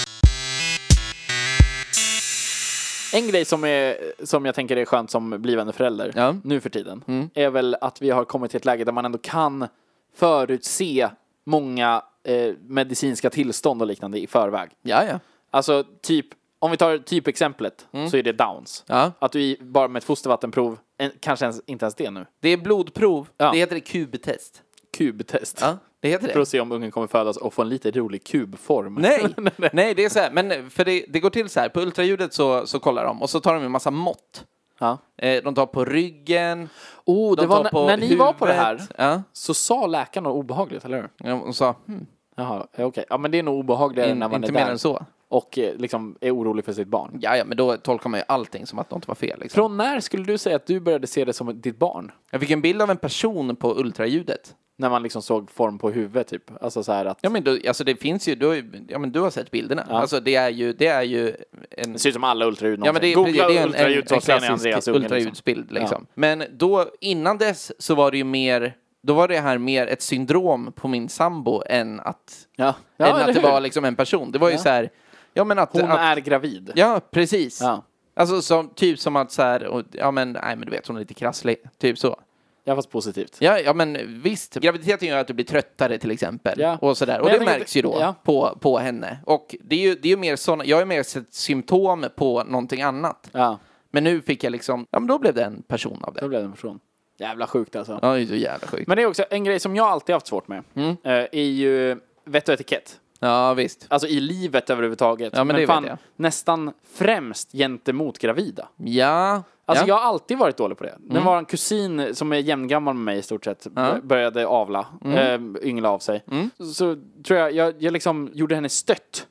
En grej som jag tänker är skönt som blivande förälder nu för tiden är väl att vi har kommit till ett läge där man ändå kan förutse många medicinska tillstånd och liknande i förväg. Ja. Alltså typ, om vi tar typexemplet så är det Downs. Ja. Att du bara med ett fostervattenprov, kanske inte ens det nu. Det är blodprov. Ja. Det heter det kubtest. Kubtest. Ja, det heter det. För att se om ungen kommer födas och få en lite rolig kubform. Nej, det är så här. Men för det går till så här. På ultraljudet så kollar de. Och så tar de en massa mått. Ja. De tar på ryggen. Det var när ni var på det här ja. så sa läkaren något obehagligt, eller hur? Ja, och sa, Jaha, okej. Ja, men det är nog obehagligare när man inte är mer där. än så. Och liksom är orolig för sitt barn. Ja, men då tolkar man ju allting som att något var fel. Liksom. Från när skulle du säga att du började se det som ditt barn? Jag fick en bild av en person på ultraljudet. När man liksom såg form på huvudet typ. Alltså så här att... Ja, men då, alltså det finns ju, du har sett bilderna. Ja. Alltså det är ju en... Det ser ut som alla ultraljud Ja, men det är en klassisk unge, ultraljudsbild liksom. Men då, innan dess så var det ju mer... Då var det här mer ett syndrom på min sambo än att det var liksom en person. Det var ju så här... Ja, men att, hon är gravid. Ja, precis. Ja. Alltså typ som att så här... Och, men du vet, hon är lite krasslig. Typ så. Ja, fast positivt. Ja, men visst. Graviditeten gör att du blir tröttare till exempel. Ja. Och sådär. Och det märks ju då på henne. Och det är ju mer såna... Jag har mer sett symptom på någonting annat. Ja. Men nu fick jag liksom... Ja, men då blev det en person av det. Då blev det en person. Jävla sjukt alltså. Ja, det är så jävla sjukt. Men det är också en grej som jag alltid haft svårt med. Är ju vett och etikett. Ja, visst. Alltså i livet överhuvudtaget. Ja, men det vet jag. Nästan främst gentemot gravida. Ja. Alltså jag har alltid varit dålig på det. Det var en kusin som är jämngammal med mig i stort sett. Började avla. Yngla av sig. Så tror jag liksom gjorde henne stött.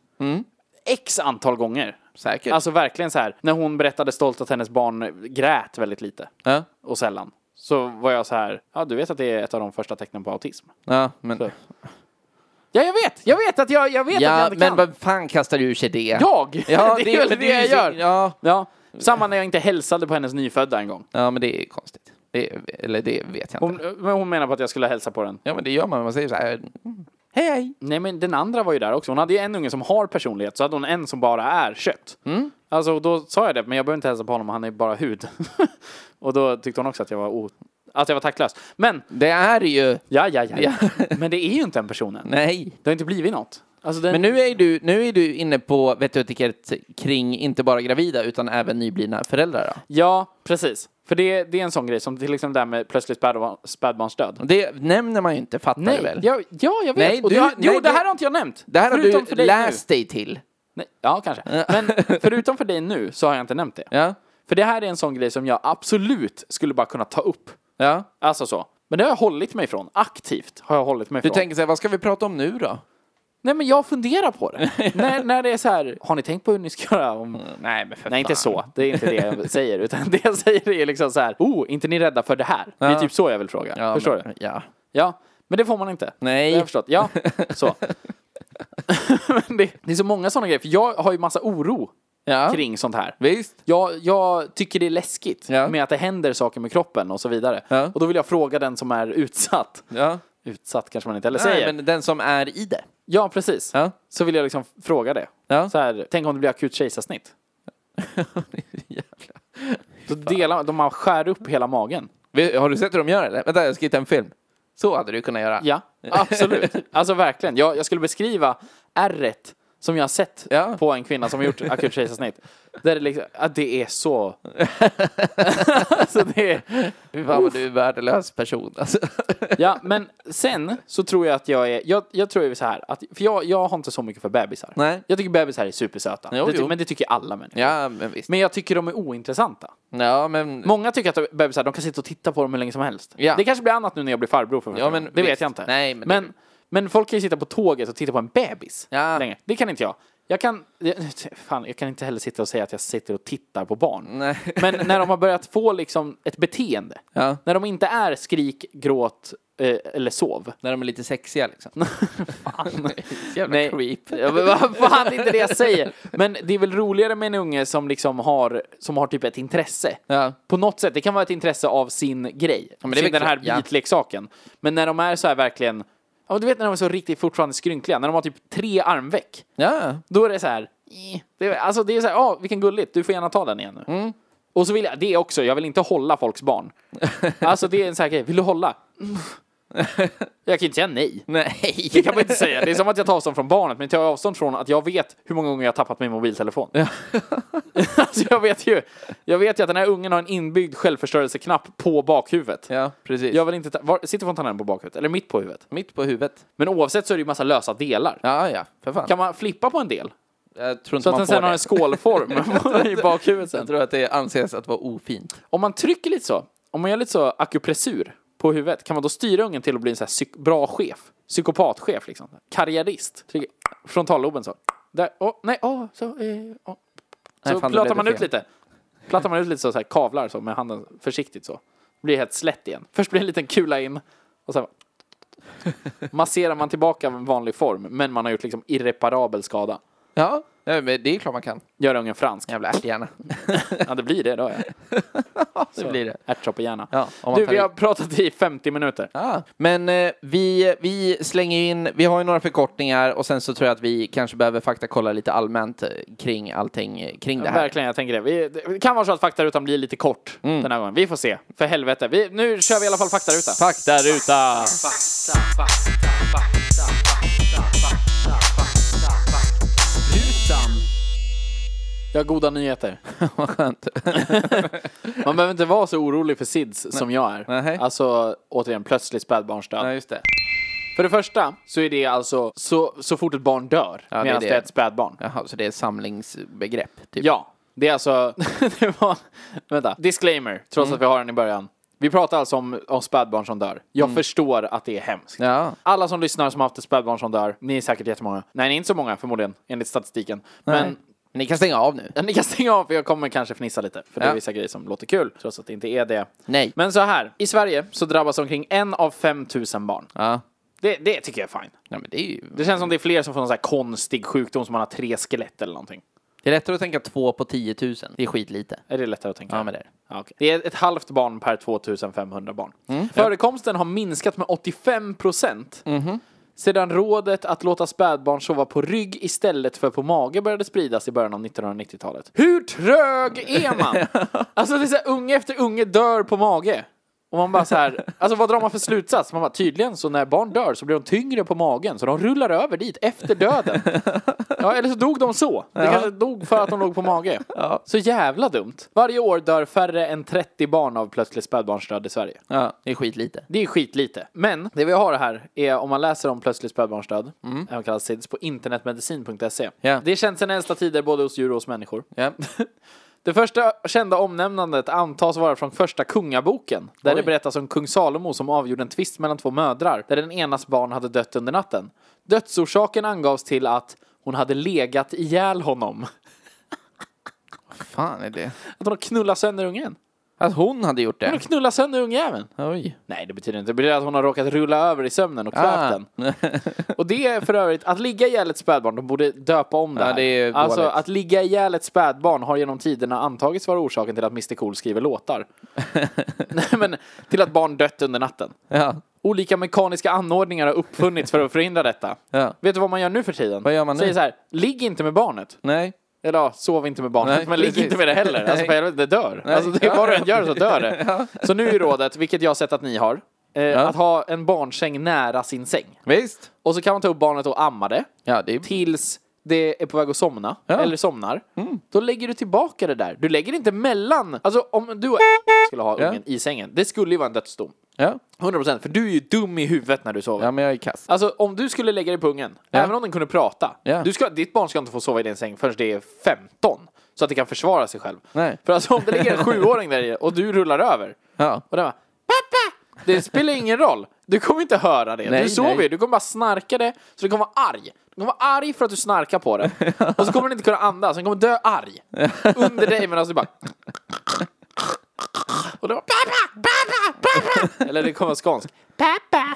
X antal gånger. Säkert. Alltså verkligen så här. När hon berättade stolt att hennes barn grät väldigt lite. Och sällan. Så var jag så här. Ja, du vet att det är ett av de första tecknen på autism. Ja, men... Så. Ja, jag vet att jag inte kan. Men vad fan kastar du ur sig det? Ja, det är väl det jag gör. Ja. Samma när jag inte hälsade på hennes nyfödda en gång. Ja, men det är konstigt. Det vet jag inte. Hon menar på att jag skulle hälsa på den. Ja, men det gör man säger så här. Hej. Nej, men den andra var ju där också. Hon hade ju en unge som har personlighet. Så hade hon en som bara är kött. Alltså då sa jag det. Men jag behöver inte hälsa på honom. Han är bara hud. Och då tyckte hon också att jag var taktlös. Men det är ju... Ja. Men det är ju inte en person. Nej. Det har inte blivit något. Alltså Men nu är du inne på vett och etikett kring inte bara gravida utan även nyblivna föräldrar då? Ja, precis. För det är en sån grej som till exempel där med plötsligt spädbarnsdöd. Det nämner man ju inte, fattar du väl? Ja, jag vet. Nej, det här har inte jag nämnt. Det här har du läst dig till. Nej, ja, kanske. Men förutom för dig nu så har jag inte nämnt det. Ja. För det här är en sån grej som jag absolut skulle bara kunna ta upp. Ja. Alltså så. Men det har jag hållit mig ifrån. Aktivt har jag hållit mig ifrån. Du tänker så här, vad ska vi prata om nu då? Nej, men jag funderar på det. när det är så här, har ni tänkt på hur ni ska göra om... Nej, men för Nej, inte så. Det är inte det jag säger. Utan det jag säger är liksom så här, inte ni rädda för det här? Det är typ så jag vill fråga. Ja, förstår du? Ja, men det får man inte. Nej. Det har jag förstått. Ja, så. Men det är så många sådana grejer. För jag har ju massa oro kring sånt här. Visst. Jag tycker det är läskigt med att det händer saker med kroppen och så vidare. Ja. Och då vill jag fråga den som är utsatt. Ja. Utsatt kanske man inte heller säger. Men den som är i det. Ja, precis. Ja. Så vill jag liksom fråga det. Ja. Så här, tänk om det blir akut kejsarsnitt. Så de skär upp hela magen. Har du sett hur de gör det? Vänta, jag ska hitta en film. Så hade du kunnat göra. Ja, absolut. Alltså verkligen. Jag skulle beskriva ärret som jag har sett på en kvinna som har gjort akut kejsarsnitt. Där det liksom, det är så... alltså det är... Fan vad du är värdelös person. Alltså. Ja, men sen så tror jag att jag är... Jag tror ju så här. För jag har inte så mycket för bebisar. Nej. Jag tycker bebisar är supersöta. Men det tycker alla människor. Ja, men visst. Men jag tycker de är ointressanta. Ja, men... Många tycker att bebisar, de kan sitta och titta på dem hur länge som helst. Ja. Det kanske blir annat nu när jag blir farbror för mig. Men det vet jag inte. Nej, men folk kan ju sitta på tåget och titta på en bebis länge. Det kan inte jag. Jag kan inte heller sitta och säga att jag sitter och tittar på barn. Nej. Men när de har börjat få liksom ett beteende. Ja. När de inte är skrik, gråt eller sov. När de är lite sexiga liksom. Fan. Jävla Nej. creep. Ja, men vad fan, det är inte det jag säger. Men det är väl roligare med en unge som liksom har typ ett intresse. Ja. På något sätt, det kan vara ett intresse av sin grej. men det är väl den här klart, ja. bitleksaken. Men när de är så här verkligen, ja, du vet när de är så riktigt fortfarande skrynkliga, när de har typ 3 armveck. Ja. Då är det så här, det är så här, vilken gulligt, du får gärna ta den igen nu. Och så vill jag, det också, jag vill inte hålla folks barn. Alltså det är en sån här grej, vill du hålla? Jag kan inte säga nej. Nej. Det kan man inte säga. Det är som att jag tar avstånd från barnet, men jag tar avstånd från att jag vet hur många gånger jag har tappat min mobiltelefon. Ja. Alltså jag vet ju att den här ungen har en inbyggd självförstörelseknapp på bakhuvudet. Ja, precis. Jag vill inte sitter fontänen på bakhuvudet eller mitt på huvudet? Mitt på huvudet. Men oavsett så är det ju massa lösa delar. Ja, för fan. Kan man flippa på en del? Jag tror inte Så att man den får sen har en skålform i bakhuvudet sen. Jag tror att det anses att vara ofint. Om man trycker lite så, om man gör lite så akupressur på huvudet, kan man då styra ungen till att bli en så här bra chef? Psykopatchef liksom. Karriärist. Frontalloben så. Där, så plattar man ut lite. Plattar man ut lite så här kavlar så med handen försiktigt så. Blir helt slätt igen. Först blir en liten kula in och sen masserar man tillbaka en vanlig form, men man har gjort liksom irreparabel skada. Ja, men det är klart man kan. Gör ungen fransk. Jävla ärthjärna. Ja, det blir det då. Ja. Det blir det. Ärtsopphjärna. Ja, du, vi har pratat i 50 minuter. Ja, men vi slänger in, vi har ju några förkortningar och sen så tror jag att vi kanske behöver faktakolla lite allmänt kring allting kring det här. Verkligen, jag tänker det. Det kan vara så att faktarutan blir lite kort den här gången. Vi får se. För helvete. Nu kör vi i alla fall faktaruta. Faktaruta! Jag har goda nyheter. Vad skönt. Man behöver inte vara så orolig för SIDS som jag är. Nej. Alltså, återigen, plötsligt spädbarnsdöd. Ja, just det. För det första så är det alltså så fort ett barn dör, Ja, medan det är ett spädbarn. Jaha, så det är ett samlingsbegrepp, typ. Ja, det är alltså... Vänta, disclaimer, trots att vi har den i början. Vi pratar alltså om spädbarn som dör. Jag förstår att det är hemskt. Ja. Alla som lyssnar som har haft ett spädbarn som dör, ni är säkert jättemånga. Nej, ni är inte så många förmodligen, enligt statistiken. Men Ni kan stänga av nu. ni kan stänga av, för jag kommer kanske fnissa lite. För det är vissa grejer som låter kul, trots att det inte är det. Nej. Men så här, i Sverige så drabbas omkring 1 av 5 000 barn. Ja. Det tycker jag är fine. Ja, men det är ju... Det känns som det är fler som får någon så här konstig sjukdom som man har 3 skelett eller någonting. Det är lättare att tänka 2 på 10 000. Det är skitlite. Är det lättare att tänka? Ja, men det är det. Ja, okay. Det är ett halvt barn per 2500 barn. Förekomsten har minskat med 85%. Sedan rådet att låta spädbarn sova på rygg istället för på mage började spridas i början av 1990-talet. Hur trög är man? Alltså det är så här, unge efter unge dör på mage. Och man bara så här, alltså vad drar man för slutsats? Man bara, tydligen så när barn dör så blir de tyngre på magen, så de rullar över dit efter döden. Ja, eller så dog de så. Det kanske dog för att de låg på mage. Ja. Så jävla dumt. Varje år dör färre än 30 barn av plötslig spädbarnsdöd i Sverige. Ja, det är skitlite. Det är skitlite. Men det vi har här är, om man läser om plötslig spädbarnsdöd, även kallas SIDS, på internetmedicin.se. Ja. Det är känt sedan äldsta tider både hos djur och hos människor. Ja. Det första kända omnämnandet antas vara från första kungaboken, där det berättas om kung Salomo som avgjorde en tvist mellan 2 mödrar, där den enas barn hade dött under natten. Dödsorsaken angavs till att hon hade legat ihjäl honom. Vad fan är det? Att hon knullat sönder ungen. Att hon hade gjort Hon har det? knullat sönder ungjäveln. Oj. Nej, det betyder inte. Det betyder att hon har råkat rulla över i sömnen och kvävt den. Och det är för övrigt, att ligga ihjäl ett spädbarn, de borde döpa om det här. Ja, det är alltså, dåligt. att ligga ihjäl ett spädbarn har genom tiderna antagits vara orsaken till att Mr. Cool skriver låtar. Nej, men till att barn dött under natten. Ja. Olika mekaniska anordningar har uppfunnits för att förhindra detta. Ja. Vet du vad man gör nu för tiden? Vad gör man nu? Säger så här, ligg inte med barnet. Nej. Eller ja, sov inte med barnet. Nej, men ligg precis. inte med det heller. Alltså för helvete, det dör. Nej. Alltså det är vad du än gör så dör det. Så nu är rådet, vilket jag har sett att ni har, att ha en barnsäng nära sin säng. Visst. Och så kan man ta upp barnet och amma det. Ja, det är... Tills det är på väg att somna. Ja. Eller somnar. Då lägger du tillbaka det där. Du lägger inte mellan. Alltså om du skulle ha ungen i sängen. Det skulle ju vara en dödsdom. Ja. 100%. För du är ju dum i huvudet när du sover. Ja, men jag är kass. Alltså om du skulle lägga dig på ungen, även om den kunde prata. Ja. Ditt barn ska inte få sova i din säng förrän det är 15. Så att det kan försvara sig själv. Nej. För alltså om det ligger en 7-åring där i och du rullar över. Ja. Och den bara, pappa! Det spelar ingen roll. Du kommer inte höra det. Nej, du sover ju. nej. Du kommer bara snarka det. Så du kommer vara arg. Du kommer vara arg för att du snarkar på den. Och så kommer den inte kunna andas. Den kommer dö arg. Under dig medan du bara... Och då pappa. Eller det kommer skånsk. Pappa,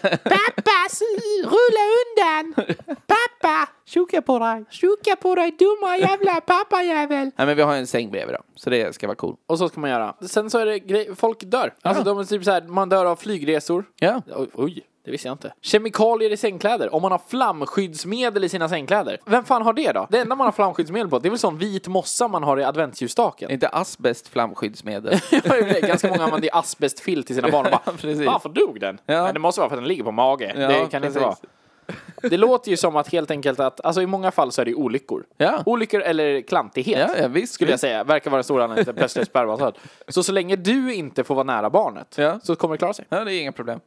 rulla undan. Pappa, tjoka på dig, dumma jävla pappajävel. Nej, men vi har en säng bredvid då, så det ska vara cool. Och så ska man göra. Sen så är det folk dör. Alltså de är typ så här, man dör av flygresor. Ja. Oj, det visste jag inte. Kemikalier i sängkläder. Om man har flamskyddsmedel i sina sängkläder. Vem fan har det då? Det enda man har flamskyddsmedel på, det är väl sån vit mossa man har i adventsljusstaken. Inte asbest flamskyddsmedel. Ganska många använder asbestfilt till sina barn och bara, varför dog den? Ja. Nej, det måste vara för att den ligger på mage. Ja, det kan inte vara. Det låter ju som att helt enkelt att, alltså i många fall så är det olyckor. Ja. Olyckor eller klantighet. Ja, visst. Skulle jag säga. Verkar vara den stora anledningen till plötsligt spermastöd. Så länge du inte får vara nära barnet så kommer det klara sig. Ja, det är inga problem.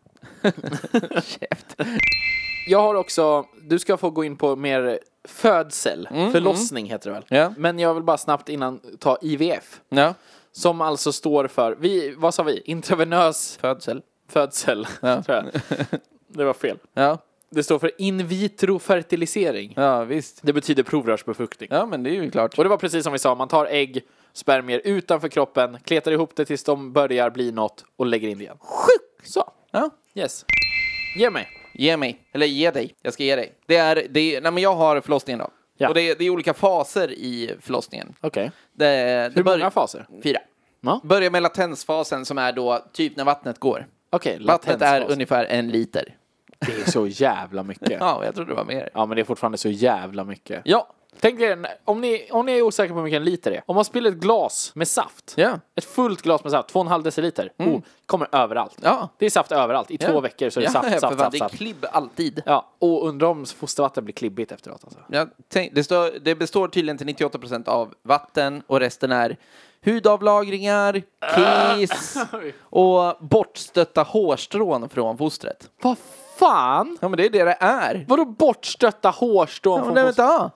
Käft. Jag har också, du ska få gå in på mer födsel. Förlossning heter det väl. Ja. Men jag vill bara snabbt innan ta IVF. Ja. Som alltså står för, vad sa vi? Intravenös födsel. Ja. Tror jag. Det var fel. Ja. Det står för in vitro fertilisering. Ja, visst. Det betyder provrörsbefruktning. Ja, men det är ju klart. Och det var precis som vi sa, man tar ägg, spermier utanför kroppen, kletar ihop det tills de börjar bli något och lägger in det igen. Så. Ja. Yes. Ge mig. Ge mig. Eller ge dig. Jag ska ge dig. Nej, men jag har förlossningen då. Ja. Och det är olika faser i förlossningen. Okej. Det många faser? 4. Ja. Börjar med latensfasen som är då typ när vattnet går. Okej, Vattnet är ungefär 1 liter. Det är så jävla mycket. Ja, jag tror det var mer. Ja, men det är fortfarande så jävla mycket. Ja. Tänk er, om ni är osäkra på hur mycket en liter är. Om man spiller ett glas med saft. Ja. Ett fullt glas med saft, 2,5 deciliter. Kommer överallt. Ja. Det är saft överallt. I 2 veckor så är det saft. Det är klibb alltid. Ja, och undrar om fostervatten blir klibbigt efteråt. Alltså. Det består tydligen till 98% av vatten och resten är hudavlagringar, kiss och bortstötta hårstrån från fostret. Vad fan? Ja, men det är det är. Vadå bortstötta hårstrån Ja, från men det fostret?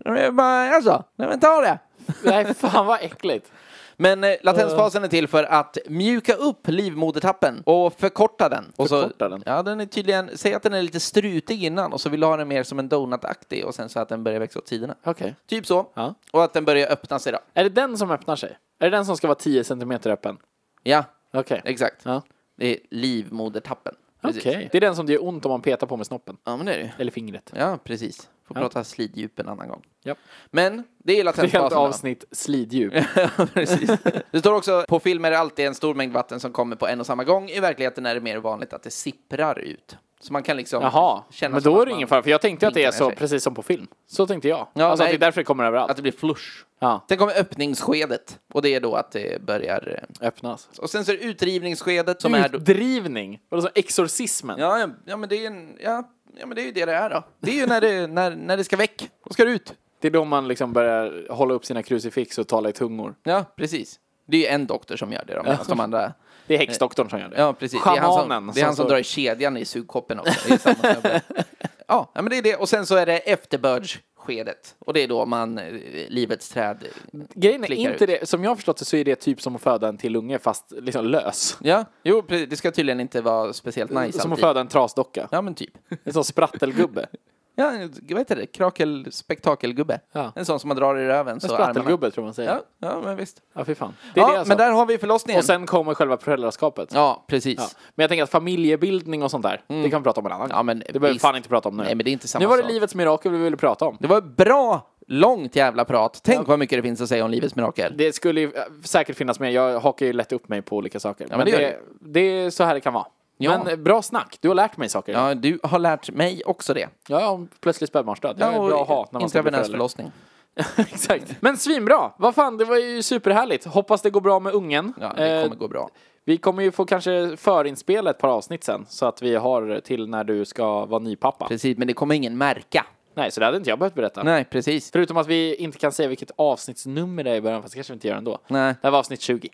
ta det. Nej, fan vad äckligt. Men latensfasen är till för att mjuka upp livmodertappen och förkorta den. Förkorta den? Ja, den är tydligen, säg att den är lite strutig innan och så vill du ha den mer som en donutaktig och sen så att den börjar växa åt tiderna. Okej. Typ så. Ja. Och att den börjar öppna sig då. Är det den som öppnar sig? Är det den som ska vara 10 centimeter öppen? Ja, Okej. exakt. Ja. Det är livmodertappen. Precis. Okej. Det är den som det gör ont om man petar på med snoppen. Ja, men det är det. Eller fingret. Ja, precis. Får Ja. prata sliddjup en annan gång. Ja. Men det är Helt latensfasen då. avsnitt sliddjup. Precis. Det står också på filmer är det alltid en stor mängd vatten som kommer på en och samma gång. I verkligheten är det mer vanligt att det sipprar ut. Så man kan liksom känna men som då att är det ingen fara. För jag tänkte att det är blinkar så, ner sig. precis som på film. Så tänkte jag. Ja, alltså nej. att det är därför det kommer överallt. Att det blir flush. Ja. Sen kommer öppningsskedet. Och det är då att det börjar... Öppnas. Och sen så är det utdrivningsskedet som är... Utdrivning? Vadå så exorcismen? Ja, men det är en... Ja, men det är ju det är då. Det är ju när det ska väck. Då ska det ut. Det är då man liksom börjar hålla upp sina krucifix och tala i tungor. Ja, precis. Det är ju en doktor som gör det då, medan de andra... Det är häxdoktorn som gör det. Ja, precis. Schamanen. Det är han som drar i kedjan i sugkoppen också. Det är samma snubbe. Ja, men det är det. Och sen så är det efterbördsskedet. Och det är då man livets träd Grejen är klickar inte ut. det, som jag har förstått det så är det typ som att föda en till unge fast liksom lös. Ja, jo, precis. Det ska tydligen inte vara speciellt nice Som att alltid. föda en trasdocka. Ja, men typ. En sån sprattelgubbe. Ja, vad heter det? Spektakelgubbe. Ja. En sån som man drar i röven. En Så armarna. sprattelgubbe tror man säger. Ja, men visst. Ja, fy fan. Det är Ja, det alltså. men där har vi förlossningen. Och sen kommer själva föräldraskapet. Ja, precis. Ja. Men jag tänker att familjebildning och sånt där, det kan vi prata om en annan gång. Ja, men det behöver vi visst. fan inte prata om nu. Nej, men det är inte samma Nu var det sak. livets mirakel vi ville prata om. Det var bra, långt jävla prat. Tänk vad mycket det finns att säga om livets mirakel. Det skulle ju säkert finnas mer. Jag hakar ju lätt upp mig på olika saker. Ja, men det gör det är så här det kan vara. Ja. Men bra snack. Du har lärt mig saker. Ja, du har lärt mig också det. Ja, om plötsligt spädbarnsdöd. Det är bra att ha när man ska bli intravenös förälder. förlossning. Exakt. Men svinbra. Vad fan, det var ju superhärligt. Hoppas det går bra med ungen. Ja, det kommer gå bra. Vi kommer ju få kanske förinspela ett par avsnitt sen. Så att vi har till när du ska vara nypappa. Precis, men det kommer ingen märka. Nej, så det hade inte jag behövt berätta. Nej, precis. Förutom att vi inte kan säga vilket avsnittsnummer det är i början. Fast det kanske vi inte gör ändå. Nej. Det här var avsnitt 20.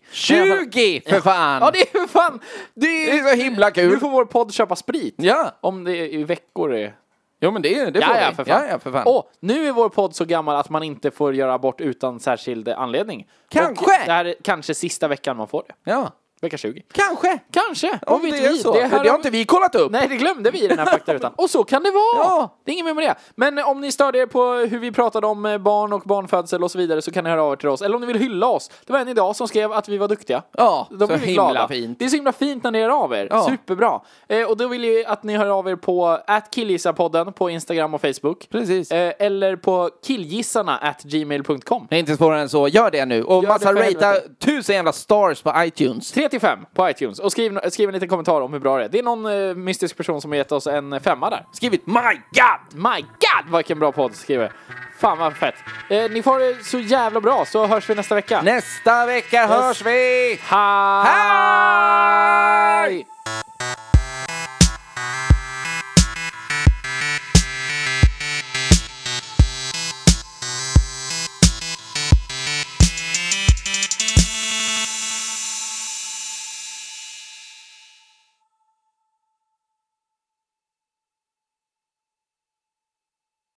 20 för fan! Ja, det är för fan. Det är så himla kul. Nu får vår podd köpa sprit. Ja. Om det i veckor är... Jo, men det får Ja, vi. för fan. Ja, för fan. Och nu är vår podd så gammal att man inte får göra abort utan särskild anledning. Kanske. Och det här är kanske sista veckan man får det. Ja. vecka 20. Kanske. Om det är så. Det har inte vi kollat upp. Nej, det glömde vi i den här faktarutan. Och så kan det vara. Ja. Det är inget mer med det. Men om ni störde er på hur vi pratade om barn och barnfödsel och så vidare, så kan ni höra av er till oss. Eller om ni vill hylla oss. Det var en idag som skrev att vi var duktiga. Ja, då blir vi glada. Fint. Det är så himla fint när ni hör av er. Ja. Superbra. Och då vill vi att ni hör av er på @killgissarpodden på Instagram och Facebook. Precis. Eller på killgissarna@gmail.com. Det är inte svårare än så. Gör det nu. Och Gör massa det för ratea helvete. 1000 jävla stars på iTunes. 3-5 på iTunes. Och skriv en liten kommentar om hur bra det är. Det är någon mystisk person som har gett oss en 5 där. Skrivit My God! My God, vilken bra podd skriver. Fan vad fett. Ni får det så jävla bra, så hörs vi nästa vecka. Nästa vecka hörs vi! Ha!